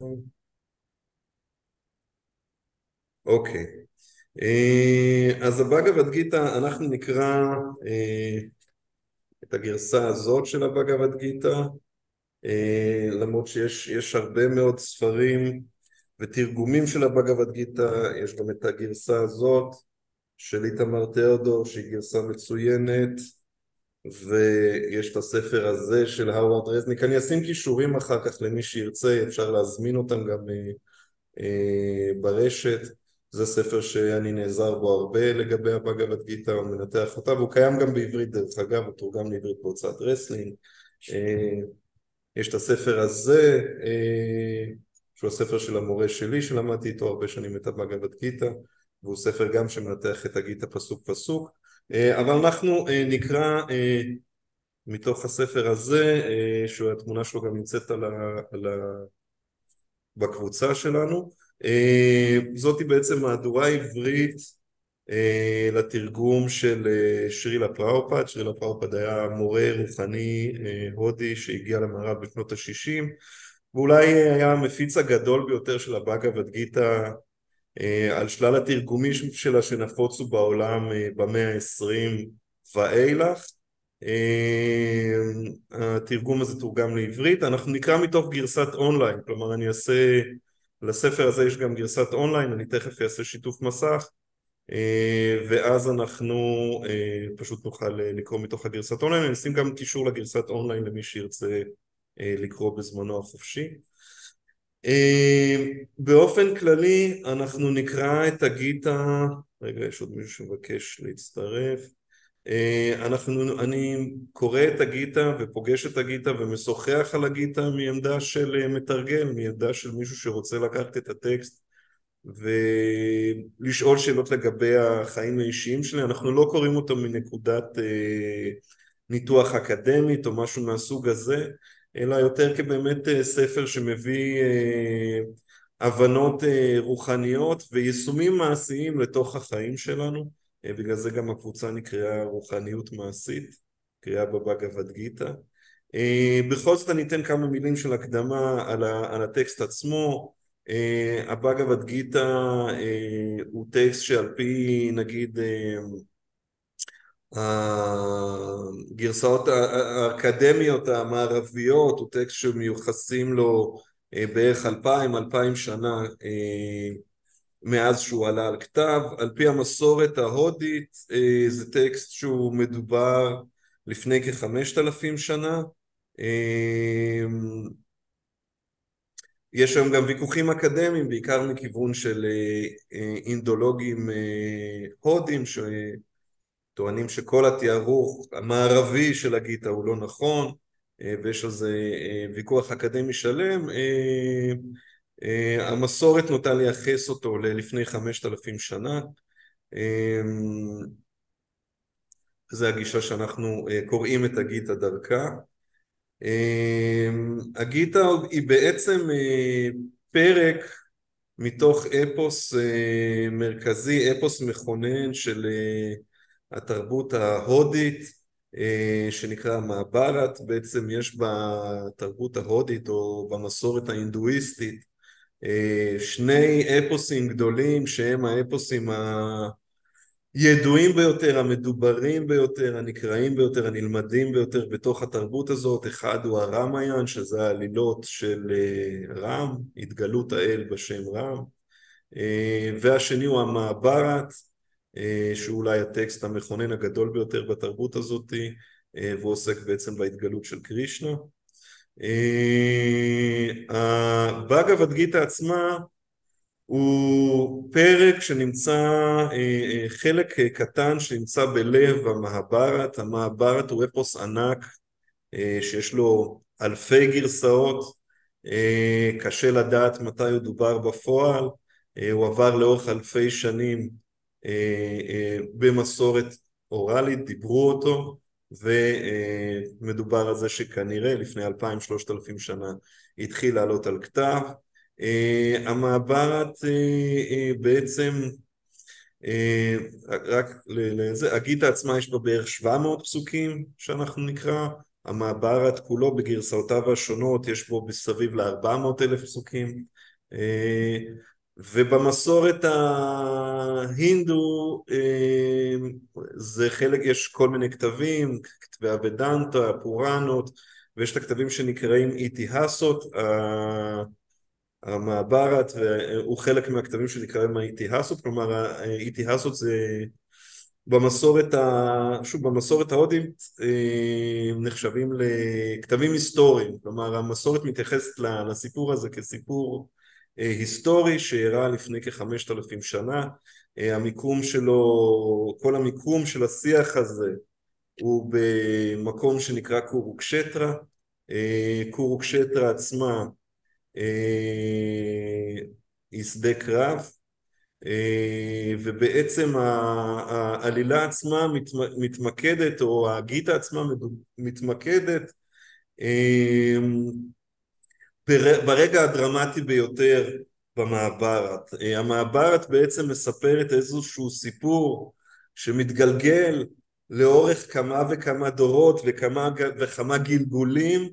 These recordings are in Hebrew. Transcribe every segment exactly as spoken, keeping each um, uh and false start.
אוקיי, אה, אז הבאגבד גיטה, אנחנו נקרא אה, את הגרסה הזאת של הבאגבד גיטה, אה, למרות שיש יש הרבה מאוד ספרים ותרגומים של הבאגבד גיטה. יש גם את הגרסה הזאת של איתמר תיאודור שהיא גרסה מצוינת, ויש את הספר הזה של האווארד רזניק. אני אשים קישורים אחר כך למי שירצה, אפשר להזמין אותם גם אה, אה, ברשת. זה ספר שאני נעזר בו הרבה לגבי הבאגבד גיטה, הוא מנתח אותה, והוא קיים גם בעברית דרך אגב, הוא תורגם לעברית בהוצאת רסלינג. אה, יש את הספר הזה, אה, שהוא הספר של המורה שלי שלמדתי איתו הרבה שנים את הבאגבד גיטה, והוא ספר גם שמנתח את הגיטה פסוק פסוק. אה, אבל אנחנו אה, נקרא אה, מתוך הספר הזה, אה, שהתמונה שלו גם נמצאת על ה, על ה, בקבוצה שלנו. אה, זאת היא בעצם מהדורה עברית אה, לתרגום של אה, שרילה פראופד. שרילה פראופד היה מורה רוחני אה, הודי שהגיע למערב בשנות ה-שישים, ואולי היה המפיץ הגדול ביותר של הבאגבד גיטה אה, על שלל התרגומים שלה שנפוצו בעולם אה, במאה ה-עשרים ואילך. אה, התרגום הזה תורגם לעברית. אנחנו נקרא מתוך גרסת אונליין, כלומר אני אעשה, לספר הזה יש גם גרסת אונליין, אני תכף אעשה שיתוף מסך, אה, ואז אנחנו אה, פשוט נוכל לקרוא מתוך הגרסת אונליין. אני אשים גם קישור לגרסת אונליין למי שירצה אה, לקרוא בזמנו החופשי. באופן כללי אנחנו נקרא את הגיטה, רגע יש עוד מישהו שמבקש להצטרף. אנחנו, אני קורא את הגיטה ופוגש את הגיטה ומשוחח על הגיטה מעמדה של מתרגל, מעמדה של מישהו שרוצה לקחת את הטקסט ולשאול שאלות לגבי החיים האישיים שלי. אנחנו לא קוראים אותו מנקודת ניתוח אקדמית או משהו מהסוג הזה, אלא יותר כבאמת ספר שמביא הבנות רוחניות ויישומים מעשיים לתוך החיים שלנו. בגלל זה גם הקבוצה נקראה רוחניות מעשית, קריאה בבאגבד גיטה. בכל זאת אני אתן כמה מילים של הקדמה על, ה, על הטקסט עצמו. הבאגבד גיטה הוא טקסט שעל פי נגיד הגרסאות האקדמיות המערביות הוא טקסט שמיוחסים לו בערך אלפיים אלפיים שנה מאז שהוא עלה על כתב. על פי המסורת ההודית זה טקסט שהוא מדובר לפני כחמשת אלפים שנה. יש היום גם ויכוחים אקדמיים בעיקר מכיוון של אינדולוגים הודים ש טוענים שכל התיארוך המערבי של הגיטה הוא לא נכון, ויש על זה ויכוח אקדמי שלם. המסורת נוטה לייחס אותו ללפני חמשת אלפים שנה. זו הגישה שאנחנו קוראים את הגיטה דרכה. הגיטה היא בעצם פרק מתוך אפוס מרכזי, אפוס מכונן של התרבות ההודית שנקרא מהבארת. בעצם יש בתרבות ההודית או במסורת ההינדואיסטית שני אפוסים גדולים שהם האפוסים הידועים ביותר, המדוברים ביותר, הנקראים ביותר, הנלמדים ביותר בתוך התרבות הזאת. אחד הוא הרמיין, שזה העלילות של רם, התגלות האל בשם רם, והשני הוא המהבארת, שהוא אולי הטקסט המכונן הגדול ביותר בתרבות הזאת, והוא עוסק בעצם בהתגלות של קרישנה. הבאגבד גיטה עצמה הוא פרק שנמצא, חלק קטן שנמצא בלב המהבארת. המהבארת הוא אפוס ענק שיש לו אלפי גרסאות, קשה לדעת מתי הוא דובר בפועל, הוא עבר לאורך אלפי שנים במסורת אוראלית, דיברו אותו, ומדובר על זה שכנראה לפני אלפיים שלושת אלפים שנה התחיל לעלות על כתב. המהבארת בעצם, רק לזה, הגיטה עצמה יש בה בערך שבע מאות פסוקים שאנחנו נקרא, המעברת כולו בגרסאותיו השונות, יש בו בסביב ל-ארבע מאות אלף פסוקים, ובמסורת ההינדו זה חלק, יש כל מיני כתבים, כתבי הוודנטה, הפוראנות, ויש את הכתבים שנקראים איתיהסות. המעברת הוא חלק מהכתבים שנקראים האיתיהסות, כלומר האיתיהסות זה במסורת, ה... שוב, במסורת ההודית נחשבים לכתבים היסטוריים, כלומר המסורת מתייחסת לסיפור הזה כסיפור היסטורי שאירע לפני כחמשת אלפים שנה. המיקום שלו, כל המיקום של השיח הזה הוא במקום שנקרא קורוקשטרה. קורוקשטרה עצמה היא שדה קרב, ובעצם העלילה עצמה מתמקדת, או הגיטה עצמה מתמקדת ברגע הדרמטי ביותר במעברת. המעברת בעצם מספרת איזשהו סיפור שמתגלגל לאורך כמה וכמה דורות וכמה וכמה גלגולים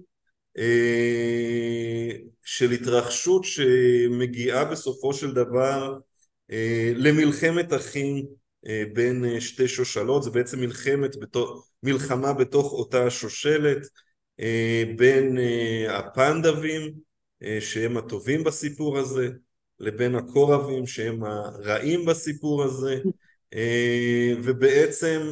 של התרחשות שמגיעה בסופו של דבר למלחמת אחים בין שתי שושלות. זה בעצם מלחמת בתוך, מלחמה בתוך אותה שושלת בין הפנדבים שהם הטובים בסיפור הזה לבין הקורבים שהם הרעים בסיפור הזה, ובעצם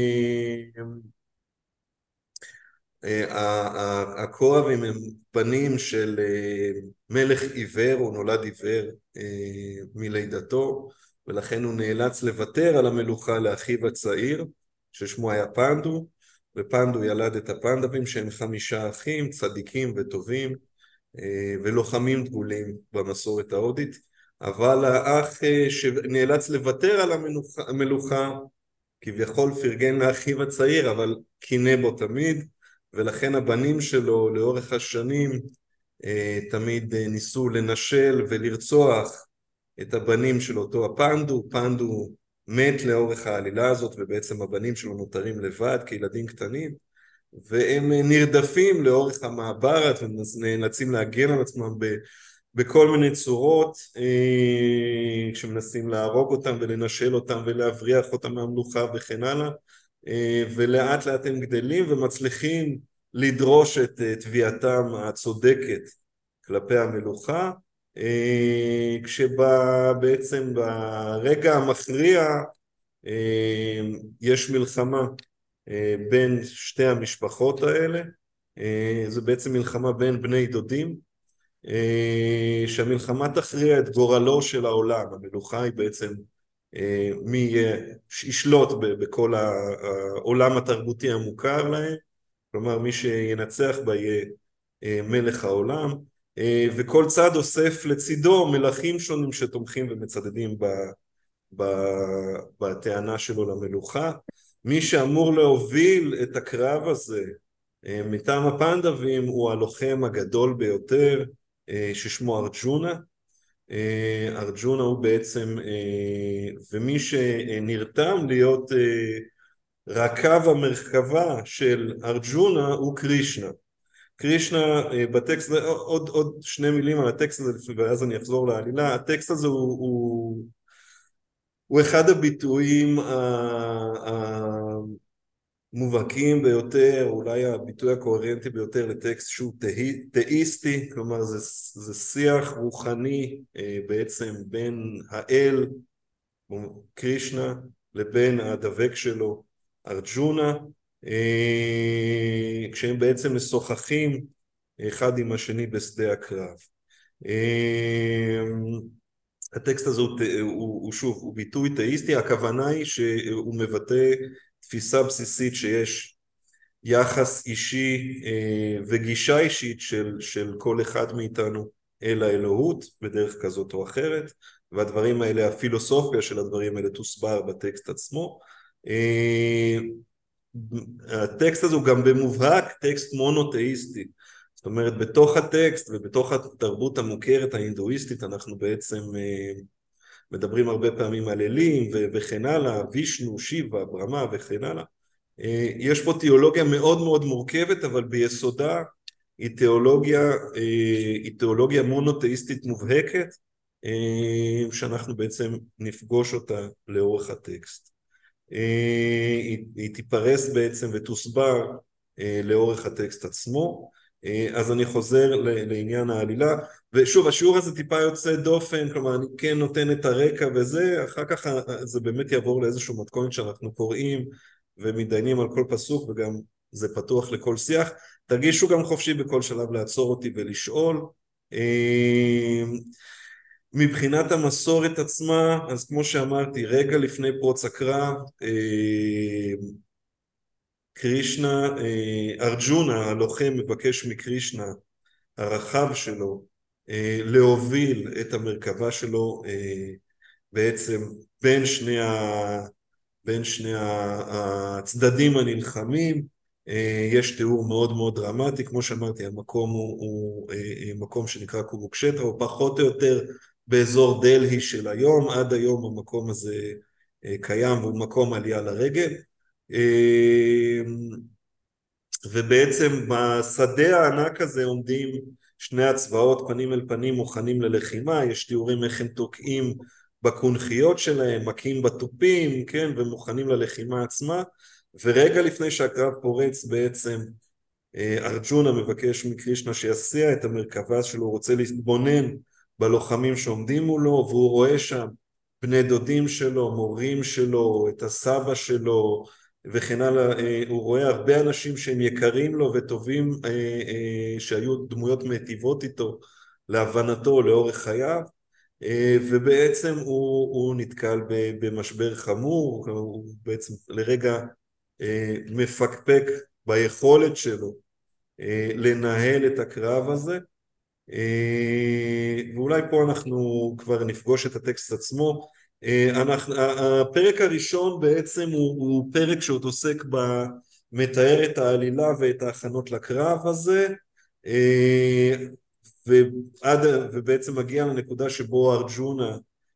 הקורבים הם בנים של מלך עיוור, הוא נולד עיוור מלידתו, ולכן הוא נאלץ לוותר על המלוכה לאחיו הצעיר ששמו היה פנדו, ופנדו ילד את הפנדבים שהם חמישה אחים צדיקים וטובים ולוחמים דגולים במסורת ההודית. אבל האח שנאלץ לוותר על המלוכה כביכול פרגן לאחיו הצעיר, אבל קינא בו תמיד, ולכן הבנים שלו לאורך השנים תמיד ניסו לנשל ולרצוח את הבנים של אותו הפנדו. פנדו מת לאורך העלילה הזאת, ובעצם הבנים שלו נותרים לבד כילדים קטנים, והם נרדפים לאורך המעברת ונאלצים להגן על עצמם בכל מיני צורות, כשמנסים להרוג אותם ולנשל אותם ולהבריח אותם מהמלוכה וכן הלאה, ולאט לאט הם גדלים ומצליחים לדרוש את תביעתם הצודקת כלפי המלוכה, כשבעצם ברגע המכריע יש מלחמה בין שתי המשפחות האלה. זה בעצם מלחמה בין בני דודים, שהמלחמה תכריע את גורלו של העולם. המלוכה היא בעצם מי ישלוט בכל העולם התרבותי המוכר להם, כלומר מי שינצח בה יהיה מלך העולם, וכל צד אוסף לצידו מלכים שונים שתומכים ומצדדים בטענה שלו למלוכה. מי שאמור להוביל את הקרב הזה מטעם הפנדבים הוא הלוחם הגדול ביותר ששמו ארג'ונה. ארג'ונה הוא בעצם, ומי שנרתם להיות רכב המרכבה של ארג'ונה הוא קרישנה. קרישנה בטקסט, עוד, עוד שני מילים על הטקסט הזה ואז אני אחזור לעלילה. הטקסט הזה הוא, הוא, הוא אחד הביטויים המובהקים ביותר, אולי הביטוי הקוהרנטי ביותר לטקסט שהוא תאיסטי, כלומר זה, זה שיח רוחני בעצם בין האל קרישנה לבין הדבק שלו ארג'ונה, כשהם בעצם משוחחים אחד עם השני בשדה הקרב. הטקסט הזה הוא, הוא, הוא שוב, הוא ביטוי תאיסטי. הכוונה היא שהוא מבטא תפיסה בסיסית שיש יחס אישי וגישה אישית של, של כל אחד מאיתנו אל האלוהות בדרך כזאת או אחרת, והדברים האלה, הפילוסופיה של הדברים האלה תוסבר בטקסט עצמו. הטקסט הזה הוא גם במובהק טקסט מונותאיסטי, זאת אומרת בתוך הטקסט ובתוך התרבות המוכרת ההינדואיסטית אנחנו בעצם מדברים הרבה פעמים על אלים וכן הלאה, וישנו, שיבה, ברמה וכן הלאה, יש פה תיאולוגיה מאוד מאוד מורכבת, אבל ביסודה היא תיאולוגיה, היא תיאולוגיה מונותאיסטית מובהקת, שאנחנו בעצם נפגוש אותה לאורך הטקסט. היא, היא תיפרס בעצם ותוסבר לאורך הטקסט עצמו. אז אני חוזר לעניין העלילה, ושוב השיעור הזה טיפה יוצא דופן, כלומר אני כן נותן את הרקע וזה, אחר כך זה באמת יעבור לאיזשהו מתכונת שאנחנו קוראים ומתדיינים על כל פסוק, וגם זה פתוח לכל שיח. תרגישו גם חופשי בכל שלב לעצור אותי ולשאול. מבחינת המסורת עצמה, אז כמו שאמרתי, רגע לפני פרוץ הקרב, קרישנה, ארג'ונה הלוחם מבקש מקרישנה, הרחב שלו, להוביל את המרכבה שלו בעצם בין שני, ה... בין שני הצדדים הנלחמים. יש תיאור מאוד מאוד דרמטי, כמו שאמרתי, המקום הוא, הוא מקום שנקרא קורוקשטרה, הוא פחות או יותר באזור דלהי של היום, עד היום המקום הזה קיים והוא מקום עלייה לרגל. ובעצם בשדה הענק הזה עומדים שני הצבאות פנים אל פנים מוכנים ללחימה, יש תיאורים איך הם תוקעים בקונכיות שלהם, מכים בתופים, כן, ומוכנים ללחימה עצמה, ורגע לפני שהקרב פורץ בעצם ארג'ונה מבקש מקרישנה שיסיע את המרכבה שלו, הוא רוצה להתבונן בלוחמים שעומדים מולו, והוא רואה שם בני דודים שלו, מורים שלו, את הסבא שלו וכן הלאה. הוא רואה הרבה אנשים שהם יקרים לו וטובים, שהיו דמויות מיטיבות איתו להבנתו לאורך חייו, ובעצם הוא, הוא נתקל במשבר חמור, הוא בעצם לרגע מפקפק ביכולת שלו לנהל את הקרב הזה, ואולי פה אנחנו כבר נפגוש את הטקסט עצמו. אנחנו, הפרק הראשון בעצם הוא, הוא פרק שעוד עוסק במתאר את העלילה ואת ההכנות לקרב הזה, ועד, ובעצם מגיע לנקודה שבו ארג'ונה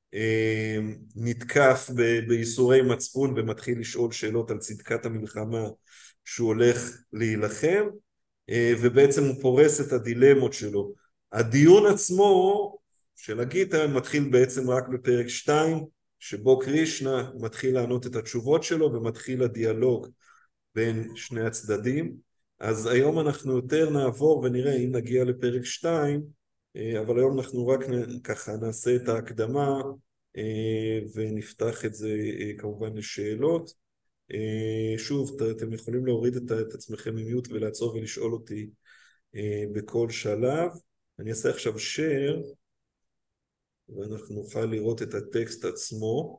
נתקף בייסורי מצפון ומתחיל לשאול שאלות על צדקת המלחמה שהוא הולך להילחם, ובעצם הוא פורס את הדילמות שלו. הדיון עצמו של הגיטה מתחיל בעצם רק בפרק שתיים, שבו קרישנה מתחיל לענות את התשובות שלו ומתחיל הדיאלוג בין שני הצדדים. אז היום אנחנו יותר נעבור ונראה אם נגיע לפרק שתיים, אבל היום אנחנו רק ככה נעשה את ההקדמה ונפתח את זה כמובן לשאלות. שוב, אתם יכולים להוריד את עצמכם ממיוט ולעצור ולשאול אותי בכל שלב. אני אעשה עכשיו share ואנחנו נוכל לראות את הטקסט עצמו.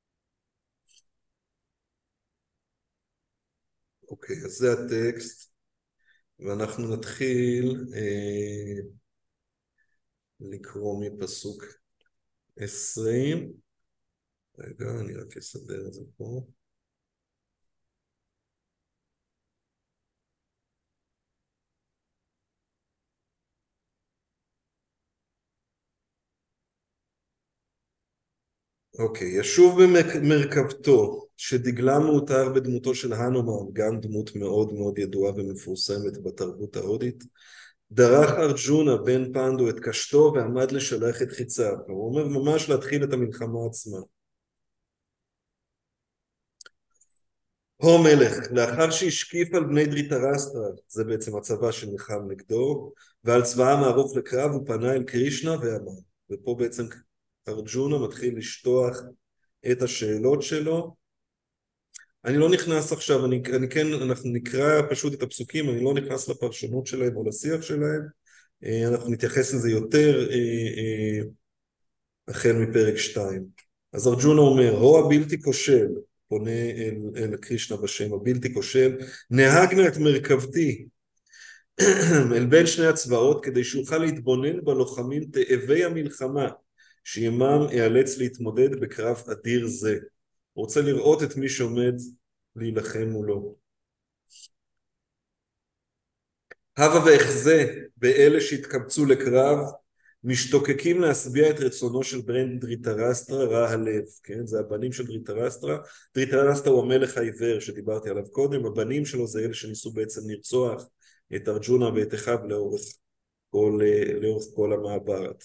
אוקיי, אז זה הטקסט, ואנחנו נתחיל אה, לקרוא מפסוק עשרים. רגע, אני רק אסדר את זה פה. אוקיי, ישוב במרכבתו, שדגלה מאותר בדמותו של הנומן, גם דמות מאוד מאוד ידועה ומפורסמת בתרבות ההודית, דרך ארג'ונה בן פנדו את קשתו ועמד לשלח את חיציו. הוא אומר ממש להתחיל את המלחמה עצמה. הו מלך, לאחר שהשקיף על בני דריטרסטרה, זה בעצם הצבא שנלחם נגדו, ועל צבאם הערוך לקרב, הוא פנה אל קרישנה ואמר, ופה בעצם ארג'ונה מתחיל לשטוח את השאלות שלו. אני לא נכנס עכשיו, אני, אני כן, אנחנו נקרא פשוט את הפסוקים, אני לא נכנס לפרשנות שלהם או לשיח שלהם, אנחנו נתייחס לזה יותר החל מפרק שתיים. אז ארג'ונה אומר, הו הבלתי כושל, פונה אל, אל קרישנה בשם, הבלתי כושל, נהגנה את מרכבתי אל בין שני הצבאות, כדי שאוכל להתבונן בלוחמים תאבי המלחמה, שעימם יאלץ להתמודד בקרב אדיר זה. הוא רוצה לראות את מי שעומד להילחם מולו. הווה ואחזה באלה שהתקבצו לקרב, משתוקקים להשביע את רצונו של בן דריטרסטרה רע הלב, כן? זה הבנים של דריטרסטרה. דריטרסטרה הוא המלך העיוור שדיברתי עליו קודם, הבנים שלו זה אלה שניסו בעצם לרצוח את ארג'ונה ואת אחיו לאורך כל, לאורך כל המעברת.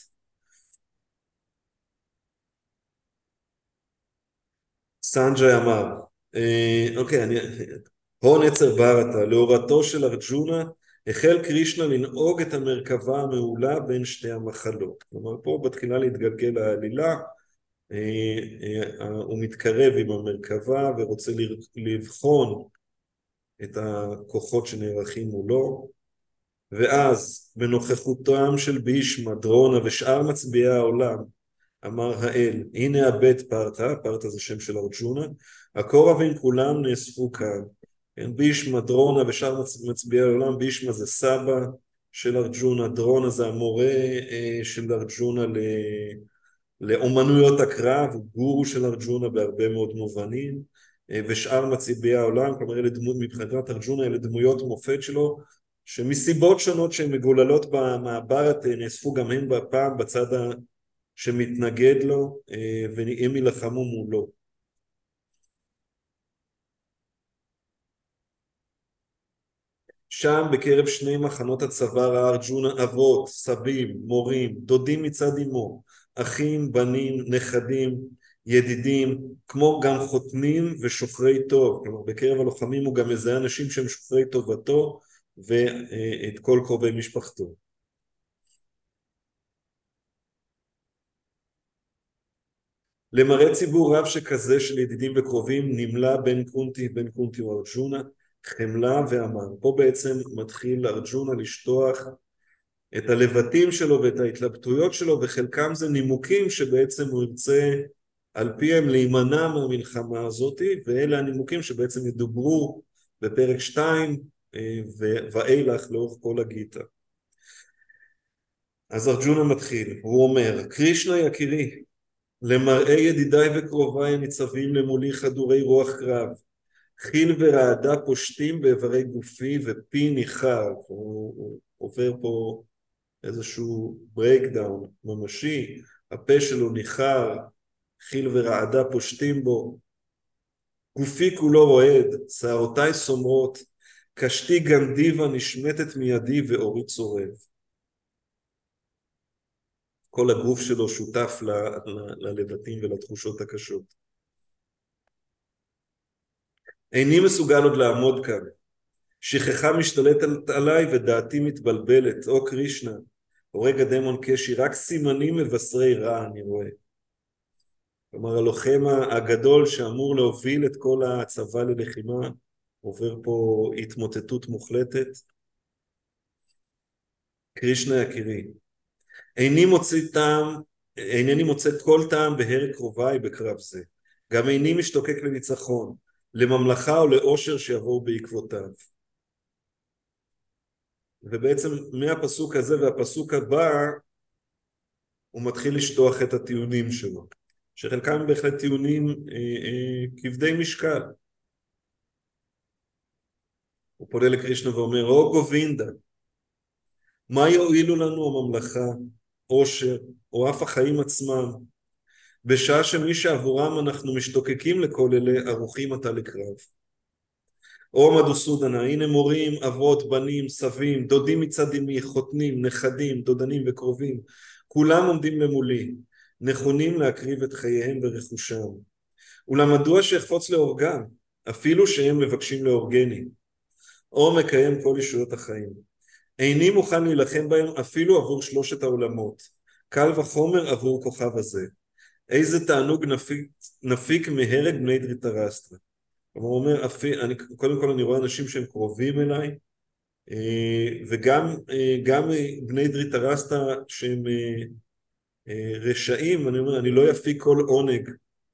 סנג'י אמר, אה, אוקיי, אני... הון עצר ברטה, להורתו של ארג'ונה, החל קרישנה לנהוג את המרכבה המעולה בין שתי המחלות. כלומר, פה בתחילה להתגלגל העלילה, אה, אה, הוא מתקרב עם המרכבה ורוצה לבחון את הכוחות שנערכים מולו, ואז בנוכחותם של בישמה, דרונה ושאר מצביעי העולם, אמר האל, הנה הבית פרטה, פרטה זה שם של ארג'ונה, הקורבים כולם נאספו כאן. כן, בישמה, דרונה ושאר מצביעי העולם, בישמה זה סבא של ארג'ונה, דרונה זה המורה אה, של ארג'ונה ל... לאומנויות הקרב, הוא גורו של ארג'ונה בהרבה מאוד מובנים, אה, ושאר מצביעי העולם, כלומר אלה דמות, מבחינת ארג'ונה אלה דמויות מופת שלו, שמסיבות שונות שהן מגוללות במעברת נאספו גם הם בפעם בצד ה... שמתנגד לו, והם ילחמו מולו. שם בקרב שני מחנות הצבא ראה ארג'ונה אבות, סבים, מורים, דודים מצד אמו, אחים, בנים, נכדים, ידידים, כמו גם חותמים ושוחרי טוב. כלומר בקרב הלוחמים הוא גם מזהה אנשים שהם שוחרי טובתו ואת כל קרובי משפחתו. למראה ציבור רב שכזה של ידידים וקרובים נמלה בין קונטי, בין קונטי וארג'ונה, חמלה ואמן. פה בעצם מתחיל ארג'ונה לשטוח את הלבטים שלו ואת ההתלבטויות שלו, וחלקם זה נימוקים שבעצם הוא ירצה על פיהם להימנע מהמלחמה הזאת, ואלה הנימוקים שבעצם ידוברו בפרק שתיים ואילך לאורך כל הגיטה. אז ארג'ונה מתחיל, הוא אומר, קרישנה יקירי, למראה ידידיי וקרוביי הניצבים למולי חדורי רוח קרב, חיל ורעדה פושטים באיברי גופי ופי ניחר. הוא, הוא עובר פה איזשהו ברייקדאון ממשי, הפה שלו ניחר, חיל ורעדה פושטים בו, גופי כולו רועד, שערותיי סומרות, קשתי גנדיבה נשמטת מידי ואורי צורב. כל הגוף שלו שותף ל, ל, ללבטים ולתחושות הקשות. איני מסוגל עוד לעמוד כאן. שכחה משתלטת עליי ודעתי מתבלבלת. או קרישנה, הורג הדמון קשי, רק סימנים מבשרי רע אני רואה. כלומר הלוחם הגדול שאמור להוביל את כל הצבא ללחימה, עובר פה התמוטטות מוחלטת. קרישנה יקירי, איני מוצא טעם, אינני מוצא כל טעם בהרג קרוביי בקרב זה. גם איני משתוקק לניצחון, לממלכה או לאושר שיבואו בעקבותיו. ובעצם מהפסוק הזה והפסוק הבא הוא מתחיל לשטוח את הטיעונים שלו, שחלקם בהחלט טיעונים אה, אה, כבדי משקל. הוא פונה לקרישנה ואומר, או גובינדה, מה יועילו לנו הממלכה, אושר, או אף החיים עצמם, בשעה שמי שעבורם אנחנו משתוקקים לכל אלה, ערוכים עתה לקרב. או מדוסודנה, הנה מורים, אבות, בנים, סבים, דודים מצד אמי, חותנים, נכדים, דודנים וקרובים, כולם עומדים למולי, נכונים להקריב את חייהם ורכושם. אולם מדוע שאחפוץ להורגם, אפילו שהם מבקשים להורגני, או מקיים כל ישויות החיים. איני מוכן להילחם בהם אפילו עבור שלושת העולמות, קל וחומר עבור כוכב הזה. איזה תענוג נפיק, נפיק מהרג בני דריטרסטרה. הוא אומר, אני, קודם כל אני רואה אנשים שהם קרובים אליי, וגם גם בני דריטרסטרה שהם רשעים, אני אומר, אני לא יפיק כל עונג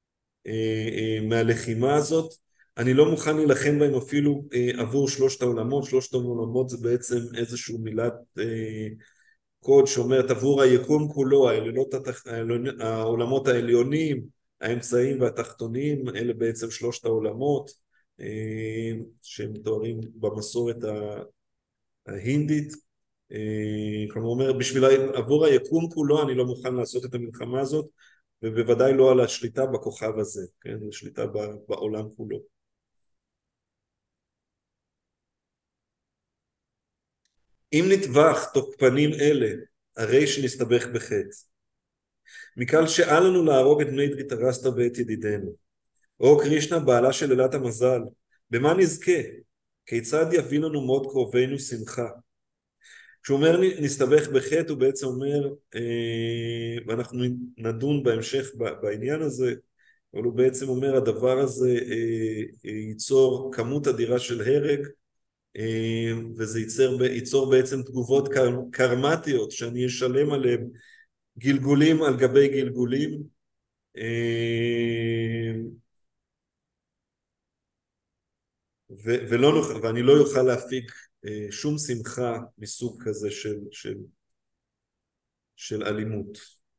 מהלחימה הזאת, אני לא מוכן להילחם בהם אפילו עבור שלושת העולמות. שלושת העולמות זה בעצם איזשהו מילת קוד שאומרת עבור היקום כולו, העליונות, העולמות העליונים, האמצעים והתחתונים, אלה בעצם שלושת העולמות שהם תוארים במסורת ההינדית, כלומר הוא אומר, בשביל, עבור היקום כולו אני לא מוכן לעשות את המלחמה הזאת, ובוודאי לא על השליטה בכוכב הזה, כן, השליטה בעולם כולו. אם נטבח תוקפנים אלה, הרי שנסתבך בחטא. מכאן שאל לנו להרוג את בני דריטרסטה ואת ידידנו. או קרישנה בעלה של אלת המזל, במה נזכה? כיצד יביא לנו מות קרובינו שמחה? כשהוא אומר נסתבך בחטא הוא בעצם אומר, אה, ואנחנו נדון בהמשך בעניין הזה, אבל הוא בעצם אומר הדבר הזה אה, אה, ייצור כמות אדירה של הרג, אה, וזה ייצור, ייצור בעצם תגובות קר, קרמטיות שאני אשלם עליהם גלגולים על גבי גלגולים, אה, ו, ולא נוכל, ואני לא יוכל להפיק אה, שום שמחה מסוג כזה של, של, של אלימות.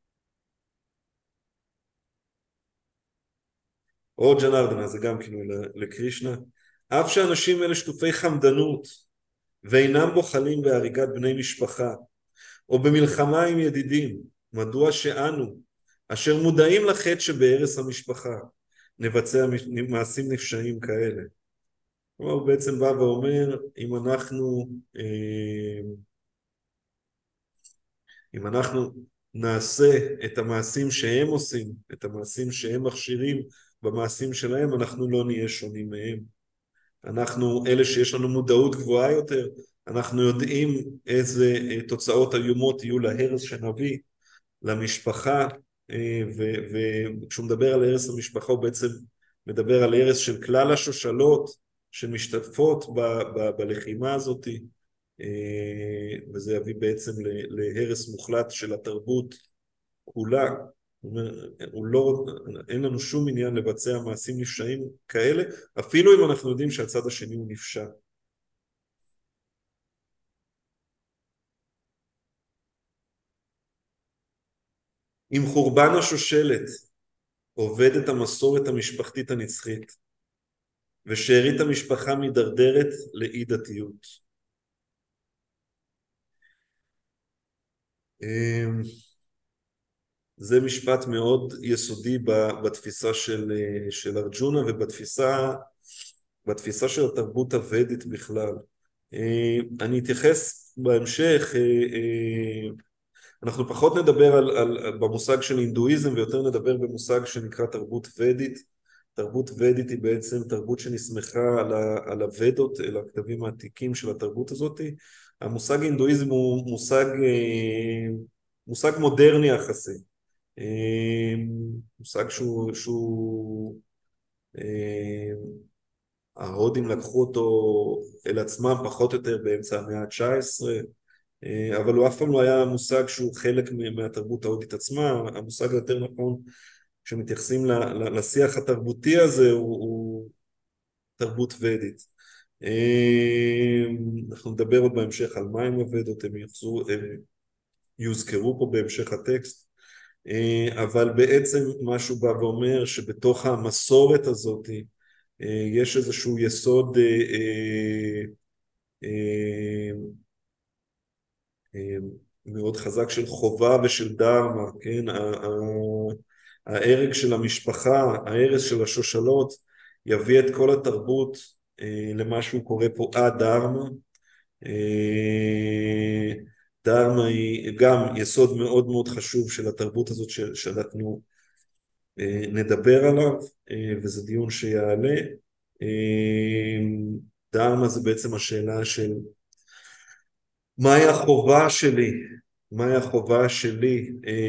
או ג'נרדנה, זה גם כאילו לקרישנה. אף שאנשים אלה שטופי חמדנות ואינם בוחלים בהריגת בני משפחה או במלחמה עם ידידים, מדוע שאנו אשר מודעים לחטא שבהרס המשפחה נבצע מעשים נפשעים כאלה? הוא בעצם בא ואומר, אם אנחנו אם אנחנו נעשה את המעשים שהם עושים, את המעשים שהם מכשירים במעשים שלהם, אנחנו לא נהיה שונים מהם. אנחנו, אלה שיש לנו מודעות גבוהה יותר, אנחנו יודעים איזה תוצאות איומות יהיו להרס שנביא למשפחה, וכשהוא מדבר על הרס המשפחה הוא בעצם מדבר על הרס של כלל השושלות שמשתתפות ב- ב- בלחימה הזאת, וזה יביא בעצם להרס מוחלט של התרבות כולה. הוא לא, אין לנו שום עניין לבצע מעשים נפשעים כאלה, אפילו אם אנחנו יודעים שהצד השני הוא נפשע. עם חורבן השושלת עובדת המסורת המשפחתית הנצחית, ושארית המשפחה מדרדרת לאי דתיות. זה משפט מאוד יסודי בתפיסה של, של ארג'ונה ובתפיסה בתפיסה של התרבות הוודית בכלל. אני אתייחס בהמשך, אנחנו פחות נדבר על, על, במושג של הינדואיזם ויותר נדבר במושג שנקרא תרבות ודית. תרבות ודית היא בעצם תרבות שנסמכה על, ה, על הוודות, על הכתבים העתיקים של התרבות הזאת. המושג הינדואיזם הוא מושג, מושג מודרני יחסי. מושג שהוא, שהוא ההודים לקחו אותו אל עצמם פחות או יותר באמצע המאה ה-תשע עשרה, אבל הוא אף פעם לא היה מושג שהוא חלק מהתרבות ההודית עצמה. המושג היותר נכון כשמתייחסים לשיח התרבותי הזה הוא, הוא תרבות ודית. אנחנו נדבר עוד בהמשך על מה הם הוודות, הם, יחזו, הם יוזכרו פה בהמשך הטקסט, אבל בעצם משהו בא ואומר שבתוך המסורת הזאת יש איזשהו יסוד מאוד חזק של חובה ושל דרמה, כן? ההרג של המשפחה, ההרס של השושלות יביא את כל התרבות למה שהוא קורא פה הדרמה. דרמה היא גם יסוד מאוד מאוד חשוב של התרבות הזאת שאנחנו נדבר עליו, וזה דיון שיעלה. דרמה זה בעצם השאלה של מהי החובה שלי, מהי החובה שלי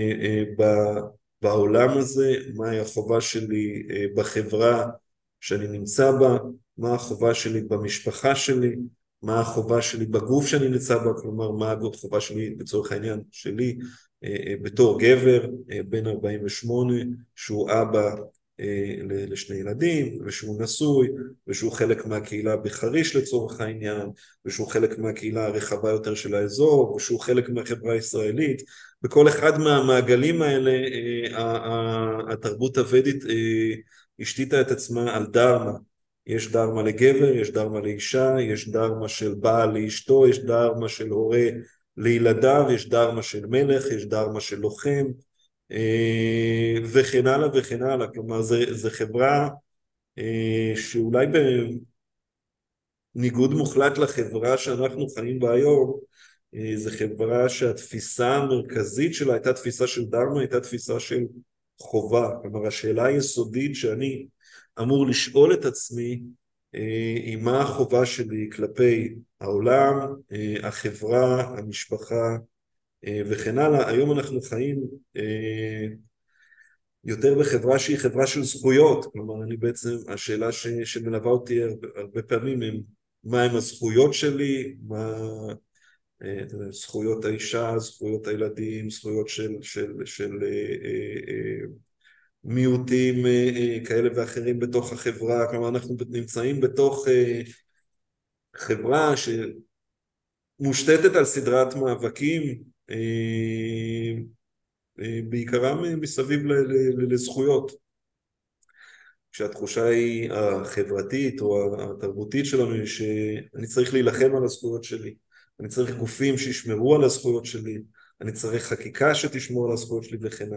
בעולם הזה, מהי החובה שלי בחברה שאני נמצא בה, מה החובה שלי במשפחה שלי, מה החובה שלי בגוף שאני נמצא בה, כלומר מה החובה שלי בצורך העניין שלי בתור גבר בן ארבעים ושמונה שהוא אבא לשני ילדים ושהוא נשוי ושהוא חלק מהקהילה בחריש לצורך העניין ושהוא חלק מהקהילה הרחבה יותר של האזור ושהוא חלק מהחברה הישראלית. בכל אחד מהמעגלים האלה התרבות הוודית השתיתה את עצמה על דרמה. יש דרמה לגבר, יש דרמה לאישה, יש דרמה של בעל לאשתו, יש דרמה של הורה לילדיו יש דרמה של מלך, יש דרמה של לוחם, וכן הלאה וכן הלאה. כלומר, זה, זה חברה שאולי בניגוד מוחלט לחברה שאנחנו חיים בה היום, זו חברה שהתפיסה המרכזית שלה הייתה תפיסה של דרמה, הייתה תפיסה של חובה. כלומר, השאלה היסודית שאני אמור לשאול את עצמי, היא מה החובה שלי כלפי העולם, החברה, המשפחה וכן הלאה. היום אנחנו חיים יותר בחברה שהיא חברה של זכויות. כלומר, אני בעצם, השאלה ש, שמלווה אותי הרבה, הרבה פעמים הם מה הם הזכויות שלי, מה זכויות האישה, זכויות הילדים, זכויות של, של, של אה, אה, מיעוטים אה, כאלה ואחרים בתוך החברה. כלומר, אנחנו נמצאים בתוך אה, חברה שמושתתת על סדרת מאבקים, אה, אה, בעיקרם מסביב ל, ל, לזכויות. כשהתחושה היא החברתית או התרבותית שלנו היא שאני צריך להילחם על הזכויות שלי, אני צריך גופים שישמרו על הזכויות שלי, אני צריך חקיקה שתשמור על הזכויות שלי וכן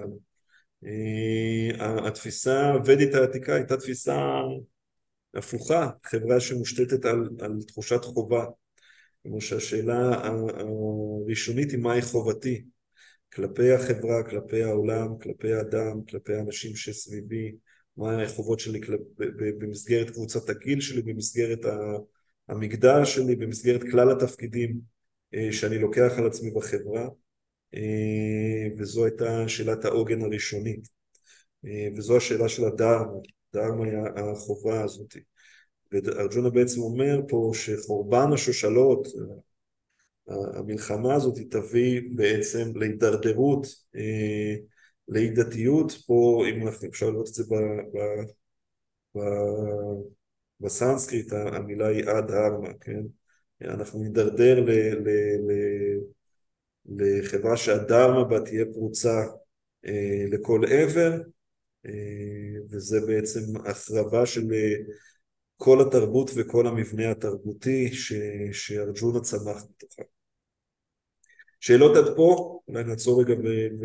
הלאה. התפיסה הוודית העתיקה הייתה תפיסה הפוכה, חברה שמושתתת על, על תחושת חובה. כמו שהשאלה הראשונית היא מהי חובתי כלפי החברה, כלפי העולם, כלפי האדם, כלפי האנשים שסביבי, מה החובות שלי במסגרת קבוצת הגיל שלי, במסגרת המגדר שלי, במסגרת כלל התפקידים שאני לוקח על עצמי בחברה. וזו הייתה שאלת העוגן הראשונית, וזו השאלה של הדרמה, דרמה היא החובה הזאת. וארג'ונה בעצם אומר פה שחורבן השושלות, המלחמה הזאת תביא בעצם להידרדרות, לעידתיות. פה אם אפשר לראות את זה ב, ב, ב, בסנסקריט, המילה היא אדהרמה, כן? אנחנו נידרדר ל, ל, ל, לחברה שהדרמה בה תהיה פרוצה אה, לכל עבר, אה, וזה בעצם החרבה של כל התרבות וכל המבנה התרבותי ש, שארג'ונה צמח בתוכה. שאלות עד פה? אולי נעצור רגע ו... ו...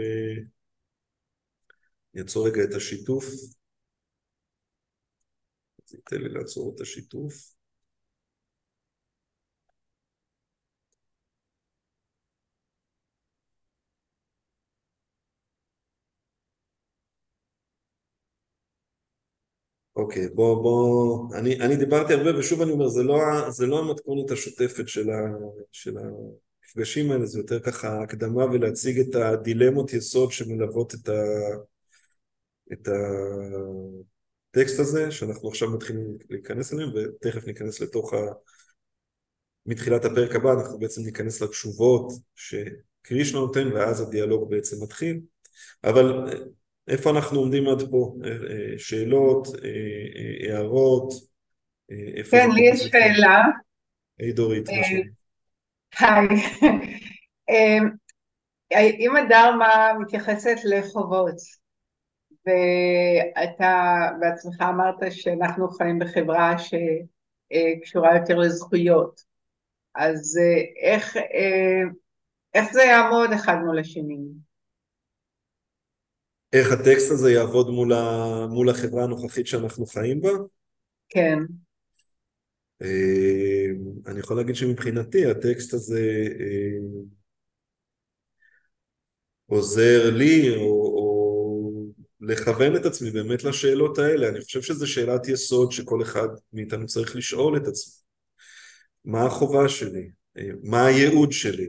נעצור רגע את השיתוף. אז ניתן לי לעצור את השיתוף. אוקיי, בוא, בוא, אני, אני דיברתי הרבה, ושוב אני אומר, זה לא, זה לא המתכונת השוטפת של, ה, של המפגשים האלה, זה יותר ככה הקדמה ולהציג את הדילמות יסוד שמלוות את, ה, את הטקסט הזה, שאנחנו עכשיו מתחילים להיכנס אליהם, ותכף ניכנס לתוך ה... מתחילת הפרק הבא, אנחנו בעצם ניכנס לתשובות שקרישנה נותן, ואז הדיאלוג בעצם מתחיל. אבל איפה אנחנו עומדים עד פה? שאלות, הערות? כן, לי יש שאלה. היי דורית, מה שלומך? היי. אם הדרמה מתייחסת לחובות, ואתה בעצמך אמרת שאנחנו חיים בחברה שקשורה יותר לזכויות, אז איך, איך זה יעמוד אחד מול השני? איך הטקסט הזה יעבוד מול, ה... מול החברה הנוכחית שאנחנו חיים בה? כן. אני יכול להגיד שמבחינתי הטקסט הזה עוזר לי או, או לכוון את עצמי באמת לשאלות האלה. אני חושב שזו שאלת יסוד שכל אחד מאיתנו צריך לשאול את עצמי. מה החובה שלי? מה הייעוד שלי?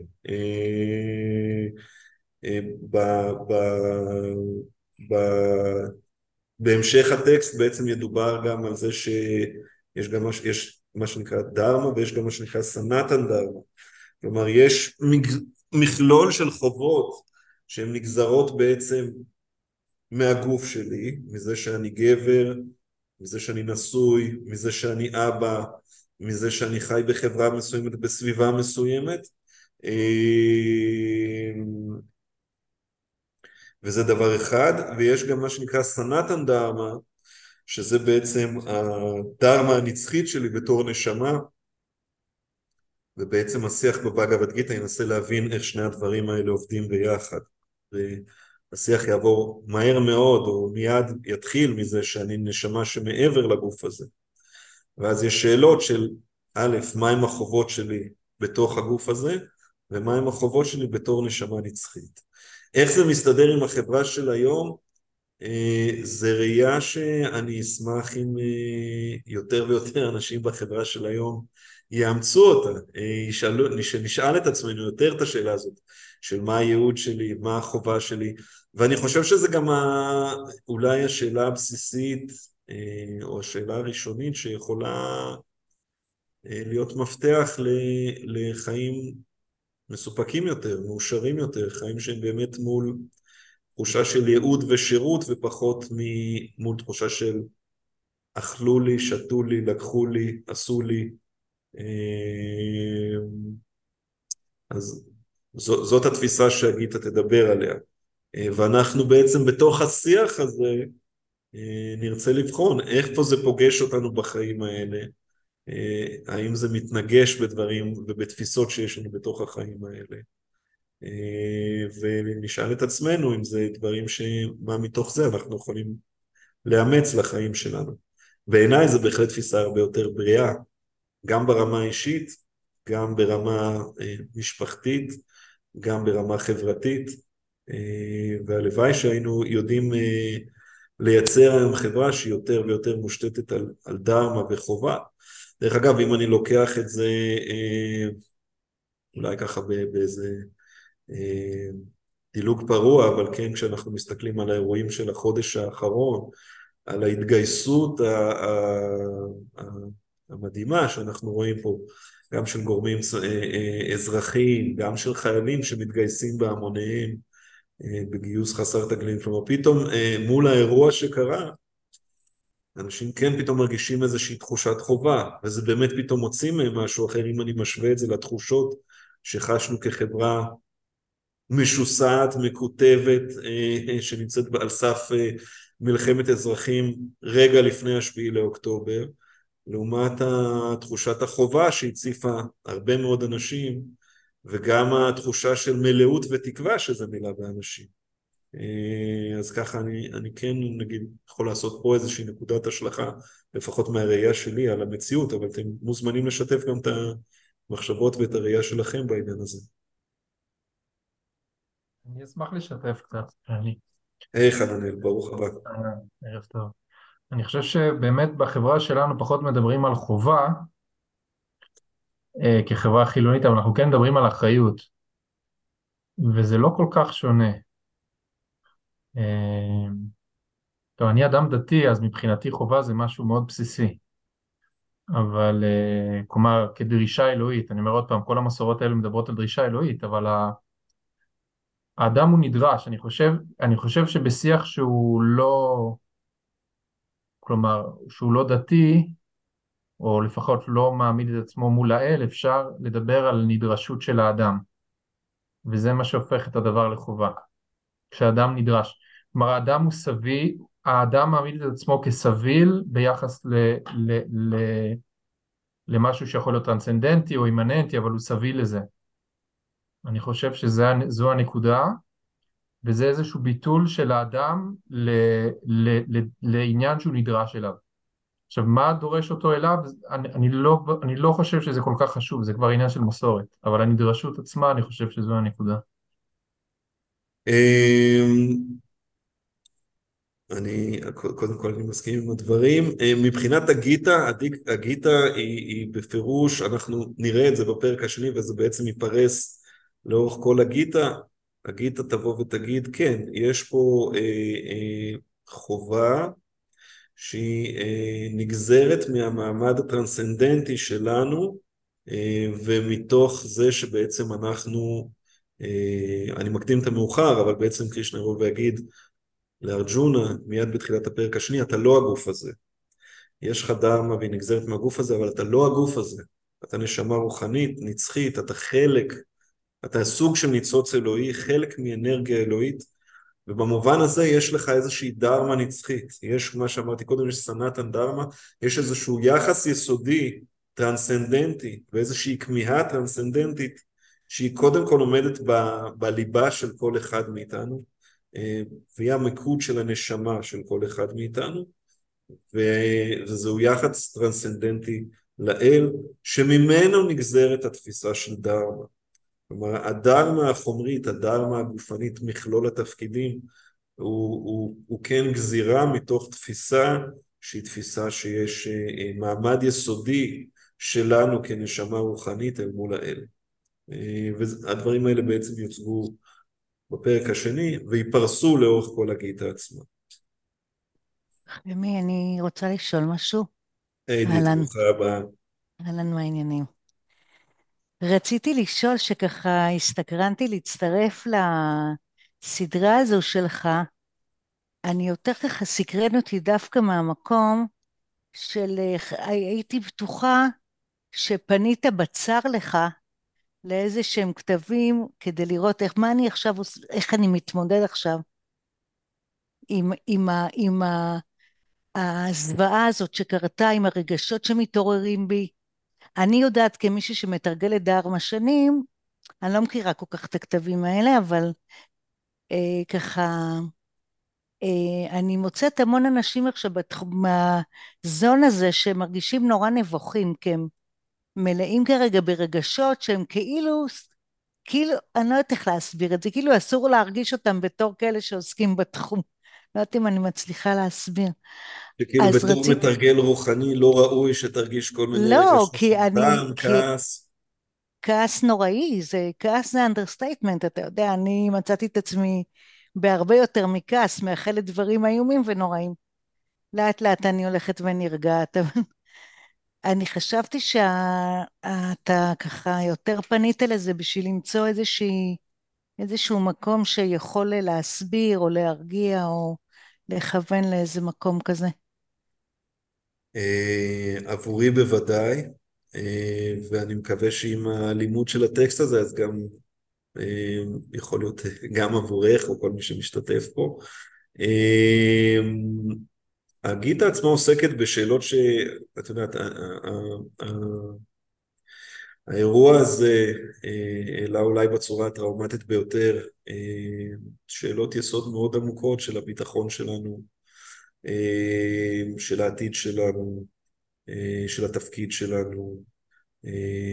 ב... ב... ב... בהמשך הטקסט בעצם ידובר גם על זה שיש גם מש... יש מה שנקרא דרמה ויש גם מה שנקרא סנטן דרמה. כלומר, יש מכלול של חובות שהן נגזרות בעצם מהגוף שלי, מזה שאני גבר, מזה שאני נשוי, מזה שאני אבא, מזה שאני חי בחברה מסוימת, בסביבה מסוימת, וזה דבר אחד. ויש גם מה שנקרא סנטן דרמה, שזה בעצם הדרמה הנצחית שלי בתור נשמה, ובעצם השיח בבאגבד גיטה ינסה להבין איך שני הדברים האלה עובדים ביחד. והשיח יעבור מהר מאוד, או מיד יתחיל מזה שאני נשמה שמעבר לגוף הזה. ואז יש שאלות של, א', מהם החובות שלי בתוך הגוף הזה, ומהם החובות שלי בתור נשמה נצחית. איך זה מסתדר עם החברה של היום? זה ראייה שאני אשמח אם יותר ויותר אנשים בחברה של היום יאמצו אותה, ישאלו, שנשאל את עצמנו יותר את השאלה הזאת, של מה הייעוד שלי, מה החובה שלי, ואני חושב שזה גם ה... אולי השאלה הבסיסית, או השאלה הראשונית שיכולה להיות מפתח לחיים מסופקים יותר, מאושרים יותר, חיים שהם באמת מול תחושה של ייעוד ושירות, ופחות מול תחושה של אכלו לי, שתו לי, לקחו לי, עשו לי. אז זאת התפיסה שהגיטה תדבר עליה. ואנחנו בעצם בתוך השיח הזה נרצה לבחון איך פה זה פוגש אותנו בחיים האלה, האם זה מתנגש בדברים ובתפיסות שיש לנו בתוך החיים האלה. ונשאל את עצמנו אם זה דברים שמה מתוך זה אנחנו יכולים לאמץ לחיים שלנו. בעיניי זה בהחלט תפיסה הרבה יותר בריאה, גם ברמה האישית, גם ברמה משפחתית, גם ברמה חברתית, והלוואי שהיינו יודעים לייצר היום חברה שהיא יותר ויותר מושתתת על, על דרמה וחובה. דרך אגב, אם אני לוקח את זה אולי ככה באיזה דילוג פרוע, אבל כן, כשאנחנו מסתכלים על האירועים של החודש האחרון, על ההתגייסות המדהימה שאנחנו רואים פה, גם של גורמים אזרחיים, גם של חיילים שמתגייסים בהמוניהם, בגיוס חסר תגלית, כלומר פתאום מול האירוע שקרה, אנשים כן פתאום מרגישים איזושהי תחושת חובה, וזה באמת פתאום מוציא מהם משהו אחר, אם אני משווה את זה לתחושות שחשנו כחברה משוסעת, מקוטבת, שנמצאת על סף מלחמת אזרחים רגע לפני השביעי לאוקטובר, לעומת תחושת החובה שהציפה הרבה מאוד אנשים, וגם התחושה של מלאות ותקווה שזה מילה באנשים. אז ככה אני, אני כן נגיד יכול לעשות פה איזושהי נקודת השלכה, לפחות מהראייה שלי על המציאות, אבל אתם מוזמנים לשתף גם את המחשבות ואת הראייה שלכם בעניין הזה. אני אשמח לשתף קצת. אני. היי חננאל, ברוך הבא. ערב טוב. אני חושב שבאמת בחברה שלנו פחות מדברים על חובה, אה, כחברה חילונית, אבל אנחנו כן מדברים על אחריות. וזה לא כל כך שונה. אה, טוב, אני אדם דתי, אז מבחינתי חובה זה משהו מאוד בסיסי. אבל, אה, כלומר, כדרישה אלוהית, אני אומר עוד פעם, כל המסורות האלה מדברות על דרישה אלוהית, אבל ה... האדם הוא נדרש. אני חושב, אני חושב שבשיח שהוא לא, כלומר, שהוא לא דתי, או לפחות לא מעמיד את עצמו מול האל, אפשר לדבר על נדרשות של האדם. וזה מה שהופך את הדבר לחובה. כשאדם נדרש. כלומר, האדם הוא סביל, האדם מעמיד את עצמו כסביל ביחס ל, ל, ל, למשהו שיכול להיות טרנסצנדנטי או אימננטי, אבל הוא סביל לזה. אני חושב שזו הנקודה, וזה איזשהו ביטול של האדם ל, ל, ל, לעניין שהוא נדרש אליו. עכשיו, מה דורש אותו אליו? אני, אני, לא, אני לא חושב שזה כל כך חשוב, זה כבר עניין של מסורת, אבל הנדרשות עצמה, אני חושב שזו הנקודה. אני, קודם כל אני מסכים עם הדברים. מבחינת הגיטה, הגיטה היא, היא בפירוש, אנחנו נראה את זה בפרק השני, וזה בעצם ייפרס לאורך כל הגיטה. הגיטה תבוא ותגיד, כן, יש פה אה, אה, חובה, שהיא נגזרת מהמעמד הטרנסצנדנטי שלנו, ומתוך זה שבעצם אנחנו, אני מקדים את המאוחר, אבל בעצם קרישנה יבוא ויגיד לארג'ונה מיד בתחילת הפרק השני, אתה לא הגוף הזה. יש לך דרמה והיא נגזרת מהגוף הזה, אבל אתה לא הגוף הזה. אתה נשמה רוחנית, נצחית, אתה חלק, אתה סוג של ניצוץ אלוהי, חלק מאנרגיה אלוהית, ובמובן הזה יש לך איזושהי דרמה נצחית, יש מה שאמרתי קודם, יש סנטן דרמה, יש איזשהו יחס יסודי טרנסצנדנטי, ואיזושהי כמיהה טרנסצנדנטית, שהיא קודם כל עומדת ב- בליבה של כל אחד מאיתנו, והיא המיקוד של הנשמה של כל אחד מאיתנו, וזהו יחס טרנסצנדנטי לאל, שממנו נגזרת התפיסה של דרמה. כלומר, הדרמה החומרית, הדרמה הגופנית, מכלול התפקידים, הוא, הוא, הוא כן גזירה מתוך תפיסה שהיא תפיסה שיש מעמד יסודי שלנו כנשמה רוחנית אל מול האל. והדברים האלה בעצם יוצגו בפרק השני ויפרסו לאורך כל הגיטה עצמה. חמי, אני רוצה לשאול משהו. עדית, אהלן, ברוכה הבאה. אהלן, מה העניינים? רציתי לשאול שככה הסתקרנתי להצטרף לסדרה הזו שלך. אני יותר ככה סקרן אותי דווקא מהמקום של אה, הייתי בטוחה שפנית בצר לך לאיזה שהם כתבים כדי לראות איך, מה אני עכשיו, עוש- איך אני מתמודד עכשיו עם, עם, ה, עם ה, הזוועה הזאת שקרתה, עם הרגשות שמתעוררים בי. אני יודעת כמישהי שמתרגלת דרמה שנים, אני לא מכירה כל כך את הכתבים האלה, אבל אה, ככה, אה, אני מוצאת המון אנשים עכשיו בתחום, מהזון הזה שמרגישים נורא נבוכים, כי הם מלאים כרגע ברגשות שהם כאילו, כאילו, אני לא יודעת איך להסביר את זה, כאילו אסור להרגיש אותם בתור כאלה שעוסקים בתחום. לא יודעת אם אני מצליחה להסביר. שכאילו אז בתור רציתי, מתרגל רוחני לא ראוי שתרגיש כל מיני לא, רגשות של כי אני, זעם, כי כעס. כעס נוראי, זה, כעס זה אנדרסטייטמנט, אתה יודע, אני מצאתי את עצמי בהרבה יותר מכעס, מאחלת דברים איומים ונוראים. לאט לאט אני הולכת ונרגעת, אבל אני חשבתי שאתה ככה יותר פנית לזה בשביל למצוא איזושהי, איזשהו מקום שיכול להסביר או להרגיע או לכוון לאיזה מקום כזה. אה, עבורי בוודאי, אה, ואני מקווה שעם הלימוד של הטקסט הזה, אז גם אה, יכול להיות גם עבורך או כל מי שמשתתף פה. אה, הגיטה עצמה עוסקת בשאלות שאת יודעת, ה- ה- ה- האירוע הזה אה, העלה אולי בצורה הטראומטית ביותר אה, שאלות יסוד מאוד עמוקות של הביטחון שלנו, אה, של העתיד שלנו, אה, של התפקיד שלנו, אה,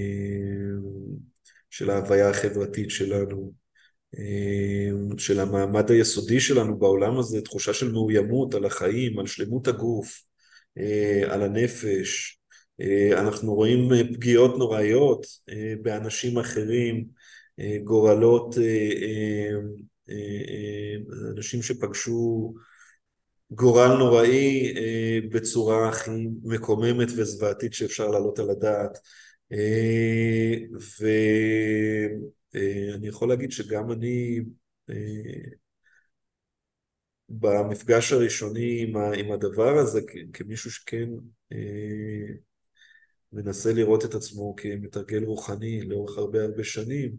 של ההוויה החברתית שלנו, אה, של המעמד היסודי שלנו בעולם הזה, תחושה של מאוימות על החיים, על שלמות הגוף, אה, על הנפש. אה, אנחנו רואים אה, פגיעות נוראיות אה, באנשים אחרים, אה, גורלות, אה, אה, אה, אה, אנשים שפגשו גורל נוראי אה, בצורה הכי מקוממת וזוועתית שאפשר להעלות על הדעת. אה, ואני יכול להגיד שגם אני, אה, במפגש הראשוני עם, ה, עם הדבר הזה, כ- כמישהו שכן אה, מנסה לראות את עצמו כמתרגל רוחני לאורך הרבה הרבה שנים,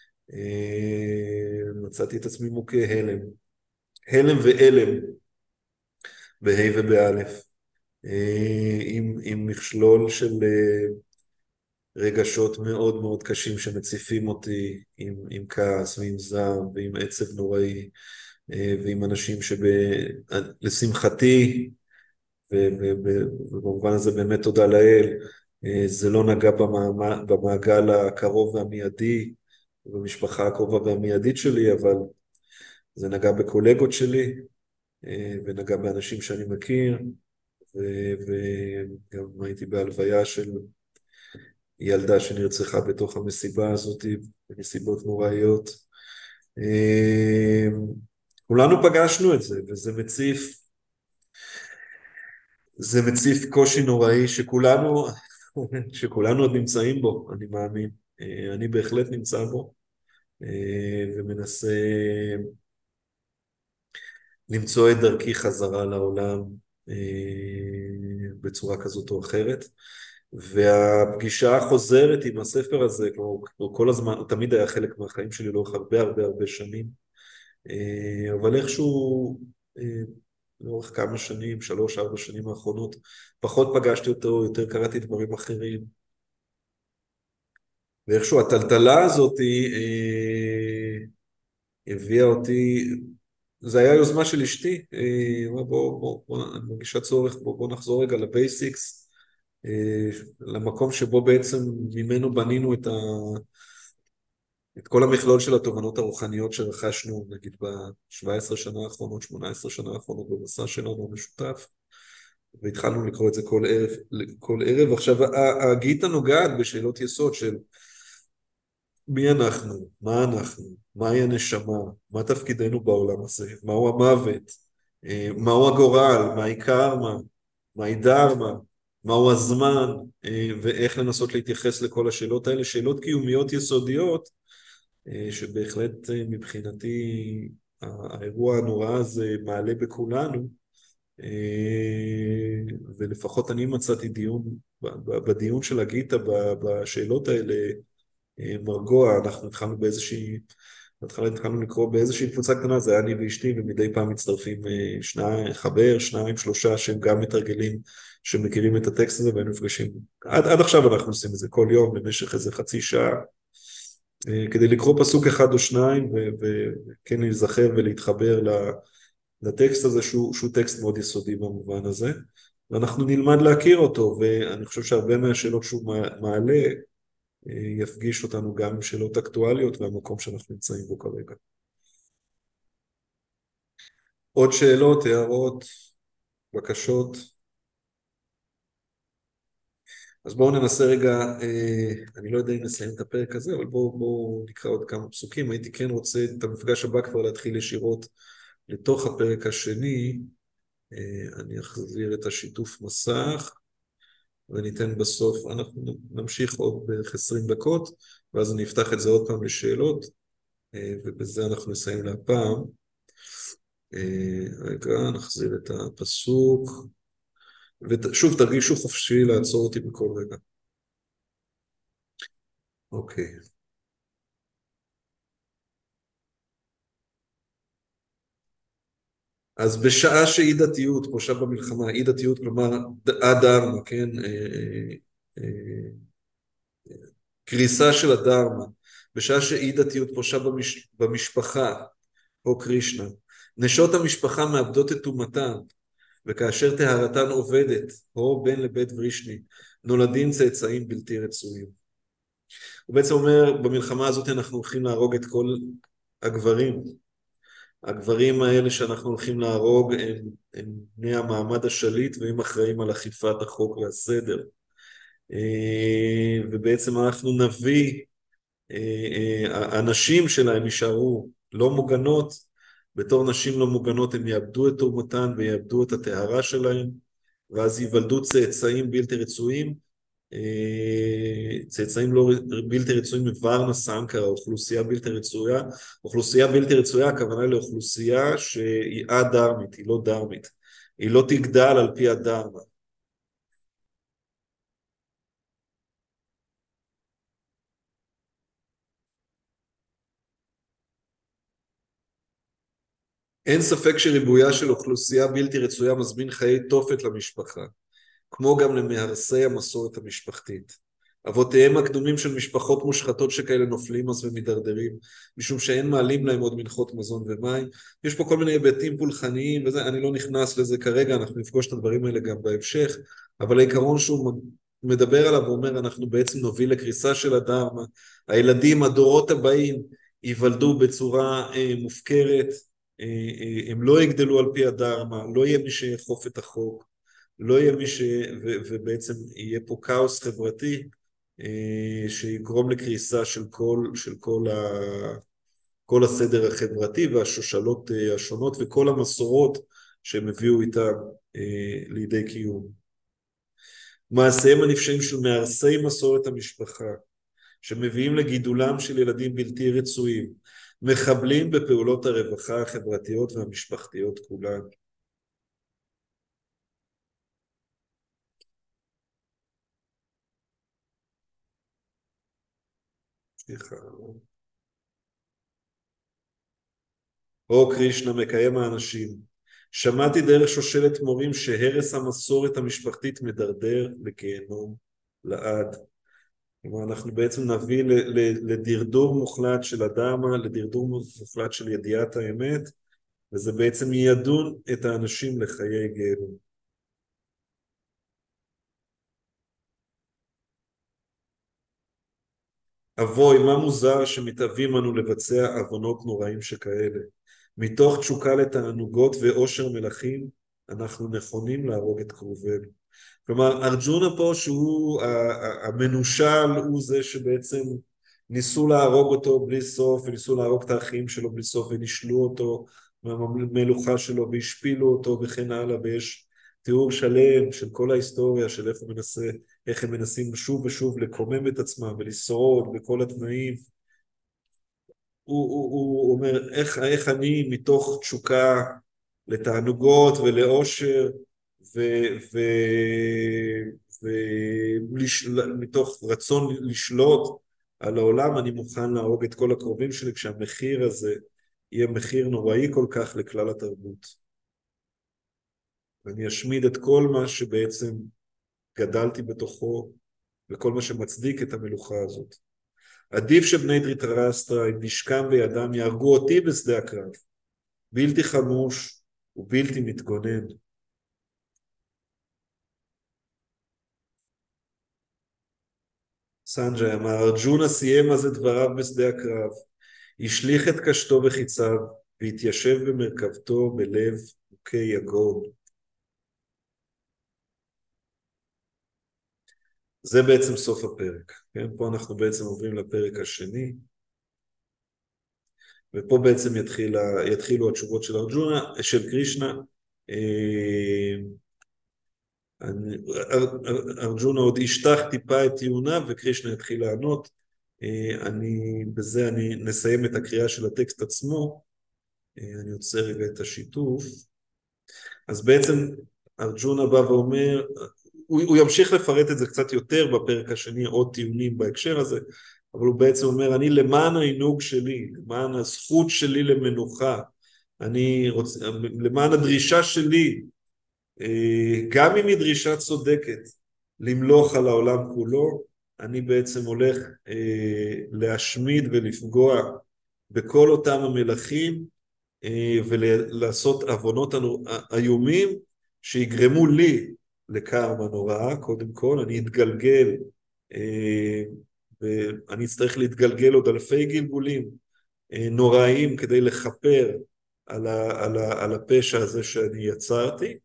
אה, מצאתי את עצמי מוכה הלם. הלם ואלם, בה' ובאלף. אה, עם, עם מכלול של אה, רגשות מאוד מאוד קשים שמציפים אותי, עם, עם כעס ועם זעם ועם עצב נוראי, אה, ועם אנשים שלשמחתי, ובמובן הזה באמת תודה לאל, אה, זה לא נגע במעמד, במעגל הקרוב והמיידי, במשפחה הקרובה והמיידית שלי, אבל זה נגע בקולגות שלי, אה, ונגע באנשים שאני מכיר, ו- וגם הייתי בהלוויה של ילדה שנרצחה בתוך המסיבה הזאת, בנסיבות נוראיות. אה, כולנו פגשנו את זה, וזה מציף, זה מציף קושי נוראי שכולנו, שכולנו עוד נמצאים בו, אני מאמין. אה, אני בהחלט נמצא בו, אה, ומנסה למצוא את דרכי חזרה לעולם אה, בצורה כזאת או אחרת. והפגישה החוזרת עם הספר הזה, כמו, כמו כל הזמן, הוא תמיד היה חלק מהחיים שלי לאורך הרבה הרבה הרבה שנים, אה, אבל איכשהו אה, לאורך כמה שנים, שלוש, ארבע שנים האחרונות, פחות פגשתי אותו, יותר קראתי דברים אחרים, ואיכשהו הטלטלה הזאת אה, הביאה אותי, זה היה יוזמה של אשתי, אה, בוא, בוא, בוא, בוא, אני מרגישה צורך, בוא, בוא נחזור רגע לבייסיקס, אה, למקום שבו בעצם ממנו בנינו את, ה, את כל המכלול של התובנות הרוחניות שרכשנו, נגיד ב-שבע עשרה שנה האחרונות, שמונה עשרה שנה האחרונות במסע שלנו המשותף, והתחלנו לקרוא את זה כל ערב, כל ערב. עכשיו, הגיטה נוגעת בשאלות יסוד של מי אנחנו, מה אנחנו, מהי הנשמה, מה תפקידנו בעולם הזה, מהו המוות, אה, מהו הגורל, מהי קרמה, מהי דרמה, מהו הזמן, אה, ואיך לנסות להתייחס לכל השאלות האלה, שאלות קיומיות יסודיות, אה, שבהחלט אה, מבחינתי האירוע הנורא הזה מעלה בכולנו, אה, ולפחות אני מצאתי דיון, בדיון של הגיטה בשאלות האלה, מרגוע, אנחנו התחלנו באיזושהי, בהתחלה התחלנו לקרוא באיזושהי קבוצה קטנה, זה היה אני ואשתי, ומדי פעם מצטרפים שניים, חבר, שניים, שלושה, שהם גם מתרגלים, שמכירים את הטקסט הזה, והיינו נפגשים. עד, עד עכשיו אנחנו עושים את זה כל יום, במשך איזה חצי שעה, כדי לקרוא פסוק אחד או שניים, וכן להיזכר ולהתחבר לטקסט הזה, שהוא, שהוא טקסט מאוד יסודי במובן הזה, ואנחנו נלמד להכיר אותו, ואני חושב שהרבה מהשאלות שהוא מעלה, יפגיש אותנו גם עם שאלות אקטואליות והמקום שאנחנו נמצאים בו כרגע. עוד שאלות, הערות, בקשות? אז בואו ננסה רגע, אני לא יודע אם נסיים את הפרק הזה, אבל בואו בוא נקרא עוד כמה פסוקים. הייתי כן רוצה את המפגש הבא כבר להתחיל ישירות לתוך הפרק השני. אני אחזיר את השיתוף מסך, וניתן בסוף, אנחנו נמשיך עוד בערך עשרים דקות, ואז אני אפתח את זה עוד פעם לשאלות, ובזה אנחנו נסיים להפעם. רגע, נחזיר את הפסוק, ושוב תרגישו חופשי לעצור אותי בכל רגע. אוקיי. אז בשעה שאי דתיות, פושה במלחמה, אי דתיות כלומר הדרמה, כן? קריסה של הדרמה, בשעה שאי דתיות פושה במש... במשפחה, או קרישנה, נשות המשפחה מאבדות את תומתן, וכאשר טהרתן עובדת, או בן לבית ורישני, נולדים צאצאים בלתי רצויים. הוא בעצם אומר, במלחמה הזאת אנחנו הולכים להרוג את כל הגברים. הגברים האלה שאנחנו הולכים להרוג הם, הם בני המעמד השליט, והם אחראים על אכיפת החוק והסדר. ובעצם אנחנו נביא, הנשים שלהם יישארו לא מוגנות, בתור נשים לא מוגנות הם יאבדו את תורמתן ויאבדו את הטהרה שלהם, ואז ייוולדו צאצאים בלתי רצויים, צאצאים לא בלתי רצויים מוורנה סנקרה, אוכלוסייה בלתי רצויה. אוכלוסייה בלתי רצויה הכוונה לאוכלוסייה שהיא א-דרמית, היא לא דרמית, היא לא תגדל על פי הדרמה. אין ספק שריבויה של אוכלוסייה בלתי רצויה מזמין חיי תופת למשפחה, כמו גם למהרסי המסורת המשפחתית. אבותיהם הקדומים של משפחות מושחתות שכאלה נופלים אז ומדרדרים, משום שאין מעלים להם עוד מנחות מזון ומים. יש פה כל מיני היבטים פולחניים וזה, אני לא נכנס לזה כרגע, אנחנו נפגוש את הדברים האלה גם בהמשך, אבל העיקרון שהוא מדבר עליו ואומר, אנחנו בעצם נוביל לקריסה של הדרמה, הילדים, הדורות הבאים, ייוולדו בצורה אה, מופקרת, הם לא יגדלו על פי הדרמה, לא יהיה מי שיחוף את החוק, לא יהיה מי ש... ו... ובעצם יהיה פה כאוס חברתי שיגרום לקריסה של כל, של כל, ה... כל הסדר החברתי והשושלות השונות וכל המסורות שהם הביאו איתם לידי קיום. מעשיהם הנפשעים של מהרסי מסורת המשפחה, שמביאים לגידולם של ילדים בלתי רצויים, מחבלים בפעולות הרווחה החברתיות והמשפחתיות כולן. סליחה. או קרישנה מקיים האנשים. שמעתי דרך שושלת מורים שהרס המסורת המשפחתית מדרדר לגיהנום לעד. כלומר, אנחנו בעצם נביא ל- ל- לדרדור מוחלט של הדרמה, לדרדור מוחלט של ידיעת האמת, וזה בעצם ידון את האנשים לחיי גיהנום. אבוי, מה מוזר שמתאבים אנו לבצע עוונות נוראים שכאלה. מתוך תשוקה לתענוגות ואושר מלכים, אנחנו נכונים להרוג את קרובנו. כלומר, ארג'ונה פה שהוא המנושל, הוא זה שבעצם ניסו להרוג אותו בלי סוף, וניסו להרוג את האחים שלו בלי סוף, ונישלו אותו מהמלוכה שלו, והשפילו אותו וכן הלאה, ויש תיאור שלם של כל ההיסטוריה, של איך הוא מנסה, איך הם מנסים שוב ושוב לקומם את עצמם, ולשרוד בכל התנאים. הוא, הוא, הוא אומר, איך, איך אני מתוך תשוקה לתענוגות ולאושר, ומתוך רצון לשלוט על העולם, אני מוכן להרוג את כל הקרובים שלי, כשהמחיר הזה יהיה מחיר נוראי כל כך לכלל התרבות. ואני אשמיד את כל מה שבעצם גדלתי בתוכו, וכל מה שמצדיק את המלוכה הזאת. עדיף שבני דריטרסטרה, אם נשכם בידם, יהרגו אותי בשדה הקרב, בלתי חמוש ובלתי מתגונן. סנג'י אמר, ארג'ונה סיים אז את דבריו בשדה הקרב, השליך את קשתו וחיציו, והתיישב במרכבתו בלב מוכי יגון. זה בעצם סוף הפרק, כן? פה אנחנו בעצם עוברים לפרק השני, ופה בעצם יתחיל, יתחילו התשובות של ארג'ונה, של קרישנה. ארג'ונה עוד ישטח טיפה את טיעוניו, וקרישנה יתחיל לענות. אני, בזה אני נסיים את הקריאה של הטקסט עצמו. אני יוצא רגע את השיתוף. אז בעצם ארג'ונה בא ואומר, הוא, הוא ימשיך לפרט את זה קצת יותר בפרק השני, עוד טיעונים בהקשר הזה, אבל הוא בעצם אומר, אני למען העינוג שלי, למען הזכות שלי למנוחה, אני רוצה, למען הדרישה שלי, גם אם היא דרישה צודקת, למלוך על העולם כולו, אני בעצם הולך להשמיד ולפגוע בכל אותם המלכים, ולעשות עוונות איומים שיגרמו לי לקרמה נוראה. קודם כל אני אתגלגל, ואני אצטרך להתגלגל עוד אלפי גלגולים נוראים כדי לחפר על, ה, על, ה, על הפשע הזה שאני יצרתי,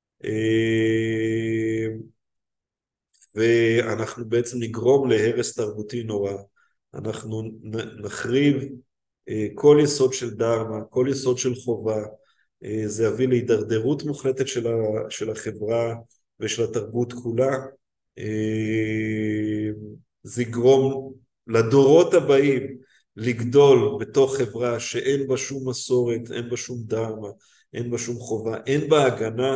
ואנחנו בעצם נגרום להרס תרבותי נורא. אנחנו נחריב כל יסוד של דרמה, כל יסוד של חובה. זה יביא להידרדרות מוחלטת של, ה, של החברה ושל התרבות כולה. זה יגרום לדורות הבאים לגדול בתוך חברה שאין בה שום מסורת, אין בה שום דרמה, אין בה שום חובה, אין בה הגנה.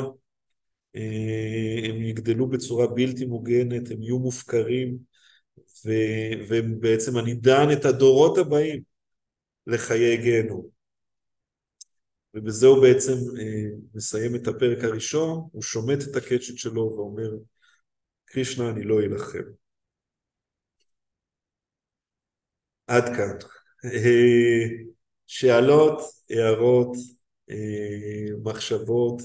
הם יגדלו בצורה בלתי מוגנת, הם יהיו מופקרים, ובעצם אני דן את הדורות הבאים לחיי גיהנום. ובזה הוא בעצם מסיים את הפרק הראשון, הוא שומט את הקשת שלו ואומר, קרישנה, אני לא אלחם. עד כאן. שאלות, הערות, מחשבות.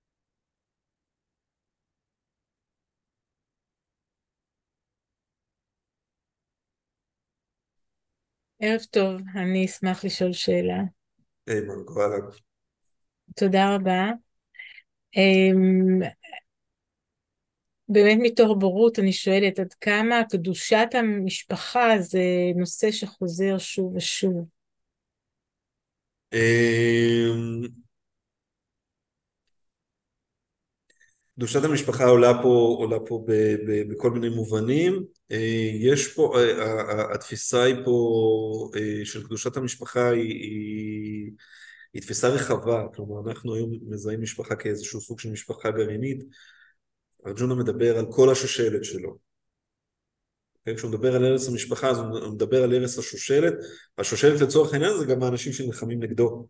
ערב טוב, אני אשמח לשאול שאלה. היי מרגו, אהלן. תודה רבה. באמת מתוך בורות אני שואלת, עד כמה קדושת המשפחה זה נושא שחוזר שוב ושוב? קדושת המשפחה עולה פה, עולה פה ב, ב, בכל מיני מובנים. יש פה, התפיסה היא פה של קדושת המשפחה היא, היא, היא תפיסה רחבה. כלומר, אנחנו היום מזהים משפחה כאיזשהו סוג של משפחה גרעינית. ארג'ונה מדבר על כל השושלת שלו. כשהוא מדבר על הרס המשפחה, אז הוא מדבר על הרס השושלת. השושלת לצורך העניין זה גם האנשים שנלחמים נגדו.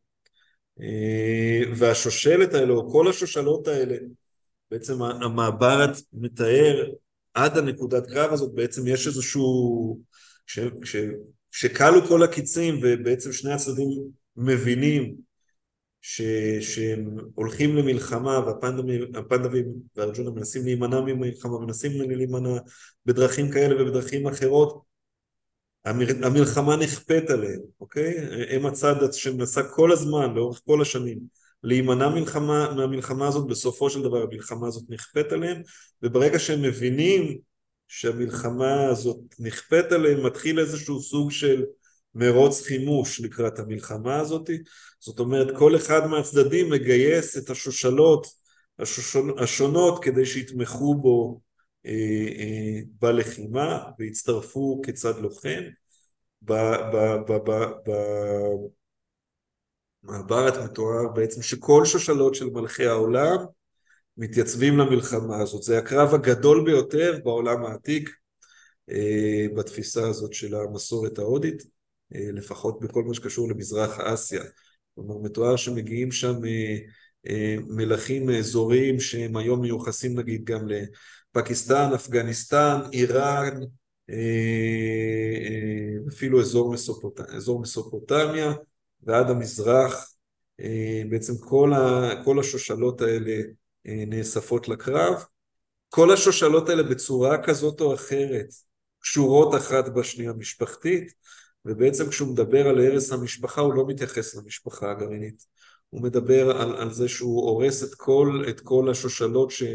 והשושלת האלה, או כל השושלות האלה, בעצם המעברת מתאר עד הנקודת קרב הזאת בעצם יש איזשהו, כש, כש, כשקלו כל הקיצים ובעצם שני הצדדים מבינים ש, שהם הולכים למלחמה, והפנדבים והארג'ונה מנסים להימנע ממלחמה, מנסים להימנע בדרכים כאלה ובדרכים אחרות, המלחמה נכפית עליהם, אוקיי? הם הצד שמנסה כל הזמן, לאורך כל השנים, להימנע מלחמה, מהמלחמה הזאת, בסופו של דבר המלחמה הזאת נכפית עליהם, וברגע שהם מבינים שהמלחמה הזאת נכפית עליהם, מתחיל איזשהו סוג של מרוץ חימוש לקראת המלחמה הזאת. זאת אומרת, כל אחד מהצדדים מגייס את השושלות השונות כדי שיתמכו בו אה, אה, בלחימה והצטרפו כצד לוחם. במעברת מתואר בעצם שכל שושלות של מלכי העולם מתייצבים למלחמה הזאת. זה הקרב הגדול ביותר בעולם העתיק אה, בתפיסה הזאת של המסורת ההודית, אה, לפחות בכל מה שקשור למזרח אסיה. כלומר, מתואר שמגיעים שם אה, אה, מלכים אזוריים שהם היום מיוחסים נגיד גם לפקיסטן, אפגניסטן, איראן, אפילו אזור מסופוטמיה, אזור מסופוטמיה ועד המזרח. בעצם כל, ה, כל השושלות האלה נאספות לקרב. כל השושלות האלה בצורה כזאת או אחרת קשורות אחת בשנייה משפחתית, ובעצם כשהוא מדבר על הרס המשפחה הוא לא מתייחס למשפחה הגרעינית, הוא מדבר על, על זה שהוא הורס את כל, את כל השושלות ש,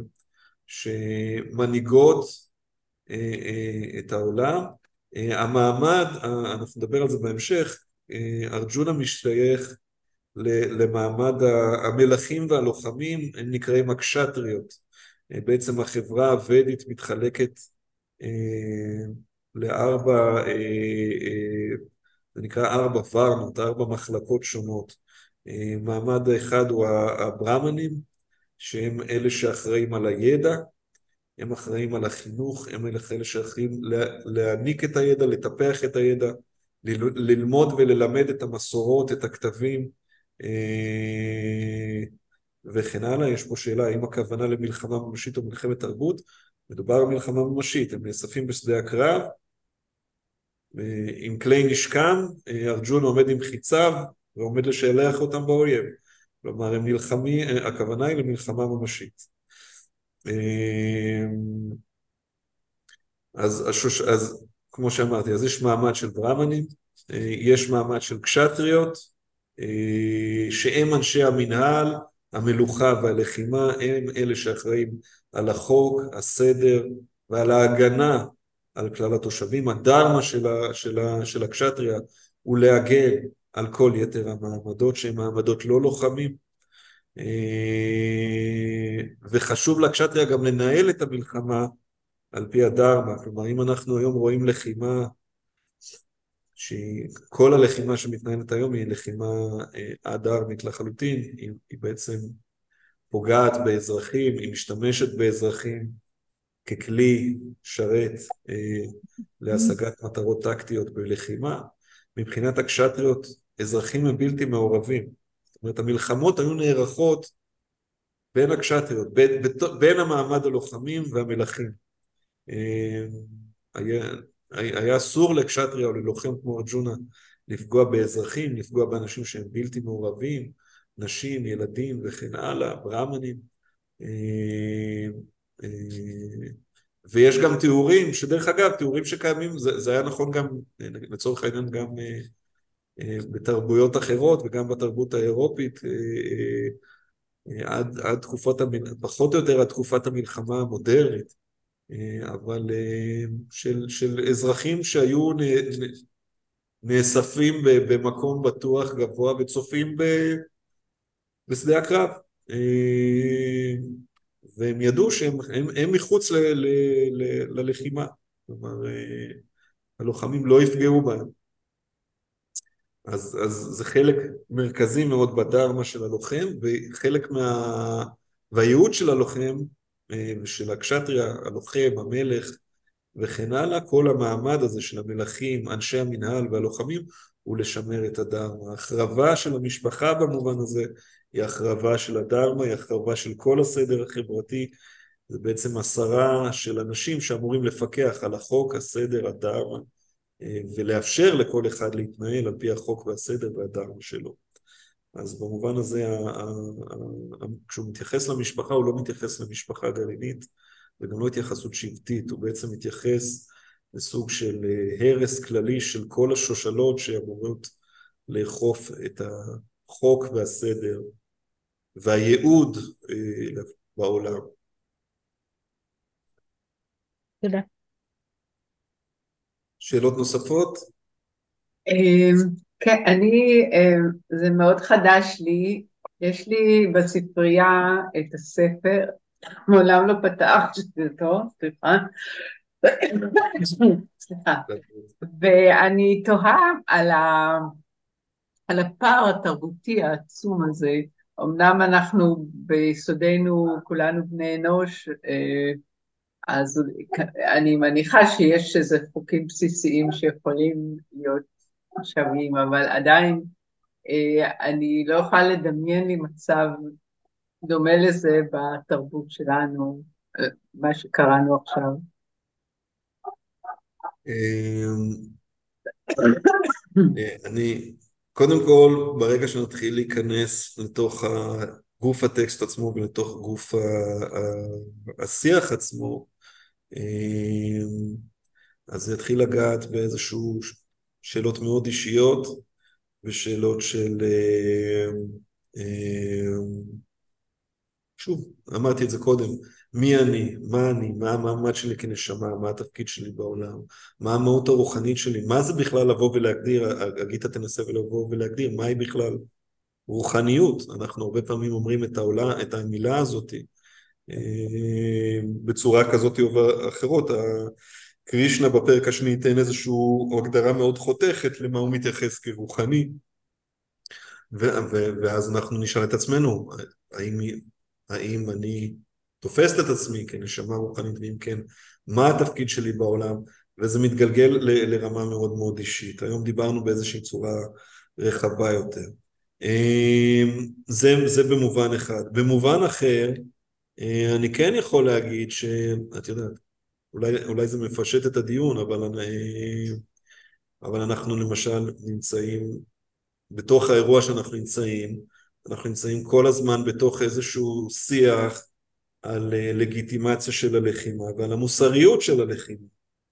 שמנהיגות את העולם. המעמד, אנחנו נדבר על זה בהמשך, ארג'ונה משתייך למעמד המלכים והלוחמים, הם נקראים הקשטריות. בעצם החברה הוודית מתחלקת לארבע, זה נקרא ארבע ורנות, ארבע מחלקות שונות. מעמד האחד הוא הברמנים, שהם אלה שאחראים על הידע, הם אחראים על החינוך, הם אלה שאחראים להעניק את הידע, לטפח את הידע, ללמוד וללמד את המסורות, את הכתבים וכן הלאה. יש פה שאלה, האם הכוונה למלחמה ממשית או מלחמת תרבות? מדובר על מלחמה ממשית, הם נאספים בשדה הקרב, עם כלי נשקם, ארג'ון עומד עם חיציו ועומד לשלח אותם באויב. כלומר, הם נלחמים, הכוונה היא למלחמה ממשית. אז, השוש, אז כמו שאמרתי, אז יש מעמד של ברמנים, יש מעמד של קשטריות, שהם אנשי המנהל, המלוכה והלחימה, הם אלה שאחראים על החוק, הסדר ועל ההגנה על כלל התושבים. הדרמה של, ה, של, ה, של הקשטריה הוא להגן על כל יתר המעמדות שהם מעמדות לא לוחמים, וחשוב לקשטריה גם לנהל את המלחמה על פי הדרמה. כלומר, אם אנחנו היום רואים לחימה, שכל הלחימה שמתנהלת היום היא לחימה הדרמית לחלוטין, היא, היא בעצם פוגעת באזרחים, היא משתמשת באזרחים ככלי שרת אה, להשגת מטרות טקטיות בלחימה. מבחינת הקשטריות, אזרחים הם בלתי מעורבים. זאת אומרת, המלחמות היו נערכות בין הקשטריות, בין, בין המעמד הלוחמים והמלכים. היה, היה אסור לקשטריה או ללוחם כמו ארג'ונה לפגוע באזרחים, לפגוע באנשים שהם בלתי מעורבים, נשים, ילדים וכן הלאה, ברמנים. ויש גם תיאורים, שדרך אגב, תיאורים שקיימים, זה, זה היה נכון גם, לצורך העניין גם בתרבויות אחרות וגם בתרבות האירופית, עד, עד תקופת, פחות או יותר עד תקופת המלחמה המודרנית, אבל של, של אזרחים שהיו נאספים במקום בטוח גבוה וצופים בשדה הקרב, והם ידעו שהם הם, הם מחוץ ל, ל, ל, ללחימה, כלומר הלוחמים לא יפגעו בהם. אז, אז זה חלק מרכזי מאוד בדרמה של הלוחם, וחלק מה... והייעוד של הלוחם ושל הקשטריה, הלוחם, המלך וכן הלאה, כל המעמד הזה של המלכים, אנשי המנהל והלוחמים, הוא לשמר את הדרמה. ההחרבה של המשפחה במובן הזה היא החרבה של הדרמה, היא החרבה של כל הסדר החברתי, זה בעצם עשרה של אנשים שאמורים לפקח על החוק, הסדר, הדרמה, ולאפשר לכל אחד להתנהל על פי החוק והסדר והדרמה שלו. אז במובן הזה, כשהוא מתייחס למשפחה, הוא לא מתייחס למשפחה גרעינית, וגם לא התייחסות שבטית, הוא בעצם מתייחס לסוג של הרס כללי של כל השושלות שאמורות לאכוף את החוק והסדר והייעוד בעולם. תודה. שאלות נוספות? כן, אני, זה מאוד חדש לי, יש לי בספרייה את הספר, מעולם לא פתחתי אותו, סליחה, סליחה, ואני תוהה על ה... על הפער התרבותי העצום הזה. אמנם אנחנו ביסודנו כולנו בני אנוש, אז אני מניחה שיש איזה חוקים בסיסיים שיכולים להיות שווים, אבל עדיין אני לא יכולה לדמיין לי מצב דומה לזה בתרבות שלנו, מה שקראנו עכשיו. אני, קודם כל, ברגע שנתחיל להיכנס לתוך גוף הטקסט עצמו ולתוך גוף השיח עצמו, אז זה יתחיל לגעת באיזשהו שאלות מאוד אישיות, ושאלות של, שוב, אמרתי את זה קודם, מי אני, מה אני, מה המעמד שלי כנשמה, מה התפקיד שלי בעולם, מה המהות הרוחנית שלי, מה זה בכלל לבוא ולהגדיר, הגיטה תנסה ולבוא ולהגדיר, מה היא בכלל רוחניות. אנחנו הרבה פעמים אומרים את, העולה, את המילה הזאת בצורה כזאת או אחרות. קרישנה בפרק השני ייתן איזושהי הגדרה מאוד חותכת למה הוא מתייחס כרוחני, ואז אנחנו נשאל את עצמנו, האם, האם אני תופסת את עצמי כנשמה רוחנית, ואם כן, מה התפקיד שלי בעולם, וזה מתגלגל ל- לרמה מאוד מאוד אישית. היום דיברנו באיזושהי צורה רחבה יותר. זה, זה במובן אחד. במובן אחר, אני כן יכול להגיד שאת יודעת, אולי, אולי זה מפשט את הדיון, אבל, אני, אבל אנחנו למשל נמצאים, בתוך האירוע שאנחנו נמצאים, אנחנו נמצאים כל הזמן בתוך איזשהו שיח על לגיטימציה של הלחימה ועל המוסריות של הלחימה.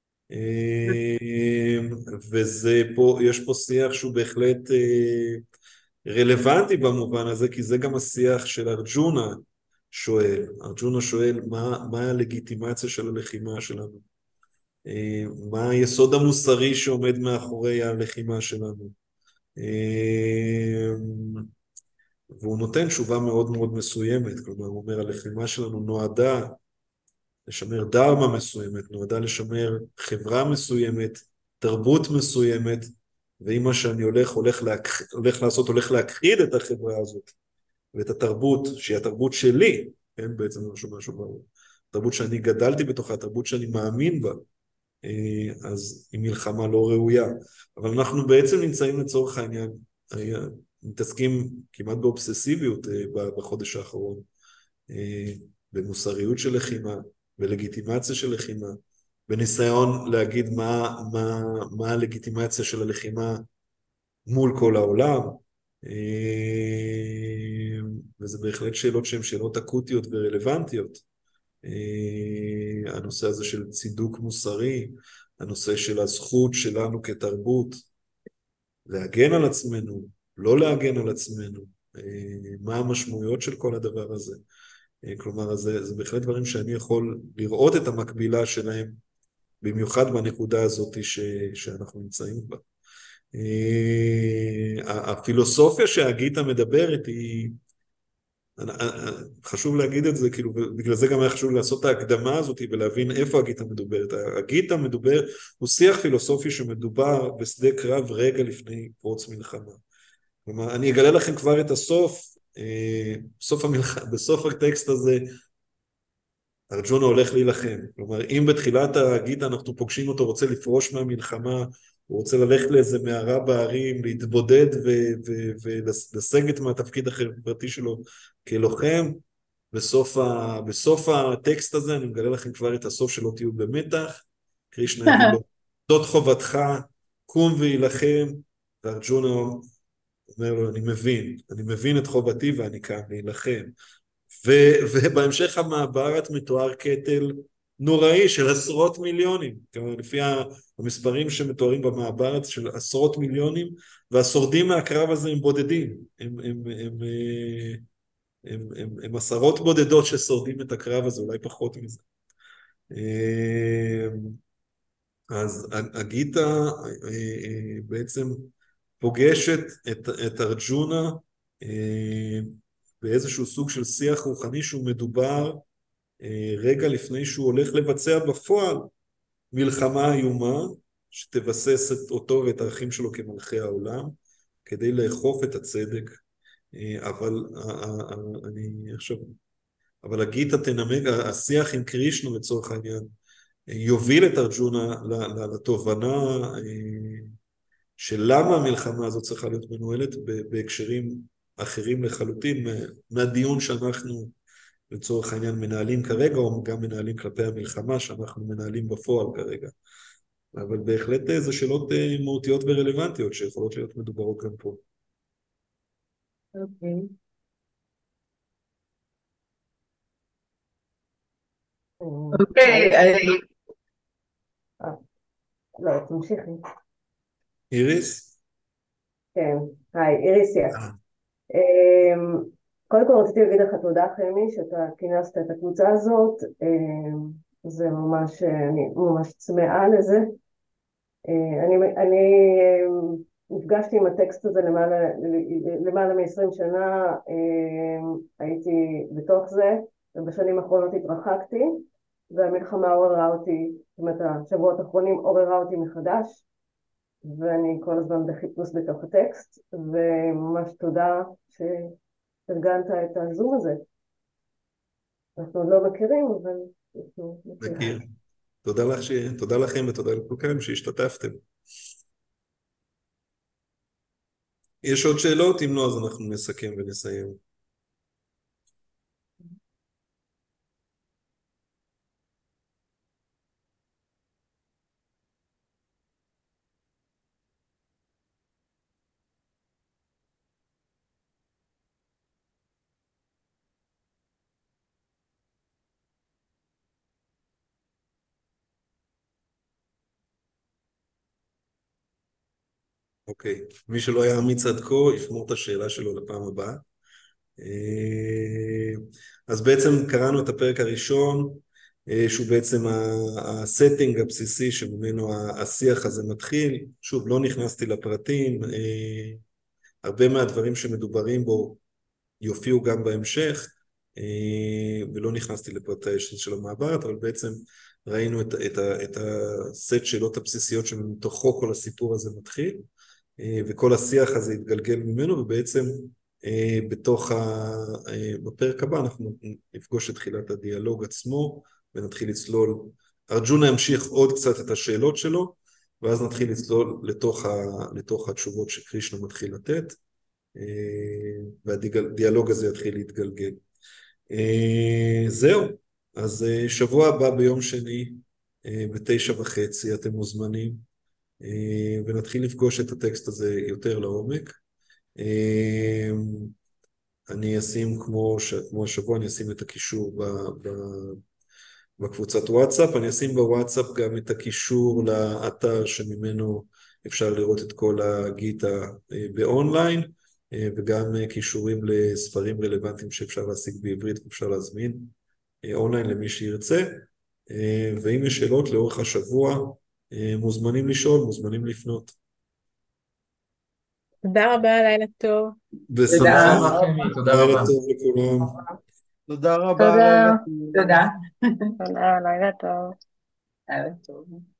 וזה פה, יש פה שיח שהוא בהחלט רלוונטי במובן הזה, כי זה גם השיח של ארג'ונה שואל. ארג'ונה שואל מה, מה הלגיטימציה של הלחימה שלנו? מה היסוד המוסרי שעומד מאחורי הלחימה שלנו? והוא נותן תשובה מאוד מאוד מסוימת, כלומר הוא אומר הלחימה שלנו נועדה לשמר דרמה מסוימת, נועדה לשמר חברה מסוימת, תרבות מסוימת, ואם מה שאני הולך, הולך, להכ... הולך לעשות, הולך להכחיד את החברה הזאת, ואת התרבות, שהיא התרבות שלי, כן, בעצם משהו משהו ברור, התרבות שאני גדלתי בתוכה, התרבות שאני מאמין בה, אז היא מלחמה לא ראויה. אבל אנחנו בעצם נמצאים לצורך העניין, מתעסקים כמעט באובססיביות בחודש האחרון, במוסריות של לחימה, בלגיטימציה של לחימה, בניסיון להגיד מה, מה, מה הלגיטימציה של הלחימה מול כל העולם, וזה בהחלט שאלות שהן שאלות אקוטיות ורלוונטיות. הנושא הזה של צידוק מוסרי, הנושא של הזכות שלנו כתרבות, להגן על עצמנו, לא להגן על עצמנו, מה המשמעויות של כל הדבר הזה. כלומר, זה, זה בהחלט דברים שאני יכול לראות את המקבילה שלהם, במיוחד בנקודה הזאת ש, שאנחנו נמצאים בה. הפילוסופיה שהגיטה מדברת היא, חשוב להגיד את זה, כאילו, בגלל זה גם היה חשוב לעשות את ההקדמה הזאת ולהבין איפה הגיטה מדוברת. הגיטה מדובר, הוא שיח פילוסופי שמדובר בשדה קרב רגע לפני פרוץ מלחמה. כלומר, אני אגלה לכם כבר את הסוף, בסוף, המלח... בסוף הטקסט הזה, ארג'ונה הולך להילחם. כלומר, אם בתחילת הגיטה אנחנו פוגשים אותו, רוצה לפרוש מהמלחמה, הוא רוצה ללכת לאיזה מערה בערים, להתבודד ולסגת מהתפקיד החברתי שלו כלוחם, בסוף, ה, בסוף הטקסט הזה, אני מגלה לכם כבר את הסוף שלא תהיו במתח, קרישנה יגיד לו, זאת חובתך, קום וילחם, וארג'ונה אומר לו, אני מבין, אני מבין את חובתי ואני קם להילחם. ו- ובהמשך המעברת מתואר קטל נוראי של עשרות מיליונים, כלומר לפי המספרים שמתוארים במעברת של עשרות מיליונים, והשורדים מהקרב הזה הם בודדים, הם, הם, הם, הם, הם, הם, הם עשרות בודדות ששורדים את הקרב הזה, אולי פחות מזה. אז הגיטה בעצם פוגשת את, את ארג'ונה באיזשהו סוג של שיח רוחני שהוא מדובר רגע לפני שהוא הולך לבצע בפועל מלחמה איומה שתבסס את אותו ואת הערכים שלו כמלכי העולם כדי לאכוף את הצדק. אבל אני עכשיו, אבל הגיטה תנמק, השיח עם קרישנה לצורך העניין יוביל את ארג'ונה לתובנה של למה המלחמה הזאת צריכה להיות מנוהלת בהקשרים אחרים לחלוטין מהדיון שאנחנו לצורך העניין מנהלים כרגע, או גם מנהלים כלפי המלחמה שאנחנו מנהלים בפועל כרגע. אבל בהחלט זה שאלות מהותיות ורלוונטיות שיכולות להיות מדוברות גם פה. אוקיי. אוקיי. לא, תמשיכי. איריס? כן, היי, איריס יס. קודם כל רציתי להגיד לך תודה חמי שאתה כינסת את הקבוצה הזאת, זה ממש, אני ממש צמאה לזה. אני, אני נפגשתי עם הטקסט הזה למעלה, למעלה מ-עשרים שנה, הייתי בתוך זה, ובשנים האחרונות התרחקתי, והמלחמה עוררה אותי, זאת אומרת השבועות האחרונים עוררה אותי מחדש, ואני כל הזמן בחיפוש בתוך הטקסט, וממש תודה שארגנת את הזום הזה. אנחנו עוד לא מכירים, אבל אנחנו מכירים. מכיר. תודה לך ש... תודה לכם ותודה לכולכם שהשתתפתם. יש עוד שאלות? אם לא, אז אנחנו נסכם ונסיים. אוקיי, מי שלא היה אמיץ עד כה, ישמור את השאלה שלו לפעם הבאה. אז בעצם קראנו את הפרק הראשון, שהוא בעצם הסטינג הבסיסי שממנו השיח הזה מתחיל. שוב, לא נכנסתי לפרטים, הרבה מהדברים שמדוברים בו יופיעו גם בהמשך, ולא נכנסתי לפרטי של המעברת, אבל בעצם ראינו את, את, את הסט שאלות הבסיסיות שמתוכו כל הסיפור הזה מתחיל, וכל השיח הזה התגלגל ממנו, ובעצם בתוך ה... בפרק הבא אנחנו נפגוש את תחילת הדיאלוג עצמו, ונתחיל לצלול, ארג'ונה ימשיך עוד קצת את השאלות שלו, ואז נתחיל לצלול לתוך, ה... לתוך התשובות שקרישנה מתחיל לתת, והדיאלוג הזה יתחיל להתגלגל. זהו, אז שבוע הבא ביום שני, בתשע וחצי אתם מוזמנים, ונתחיל לפגוש את הטקסט הזה יותר לעומק. אני אשים כמו, ש... כמו השבוע, אני אשים את הקישור ב... ב... בקבוצת וואטסאפ, אני אשים בוואטסאפ גם את הקישור לאתר שממנו אפשר לראות את כל הגיטה באונליין, וגם קישורים לספרים רלוונטיים שאפשר להשיג בעברית ואפשר להזמין אונליין למי שירצה. ואם יש שאלות לאורך השבוע, מוזמנים לשאול, מוזמנים לפנות. תודה רבה, לילה טוב. בשמחה. תודה רבה. לילה טוב לכולם. תודה רבה. תודה. לילה טוב. תודה. לילה טוב. לילה טוב.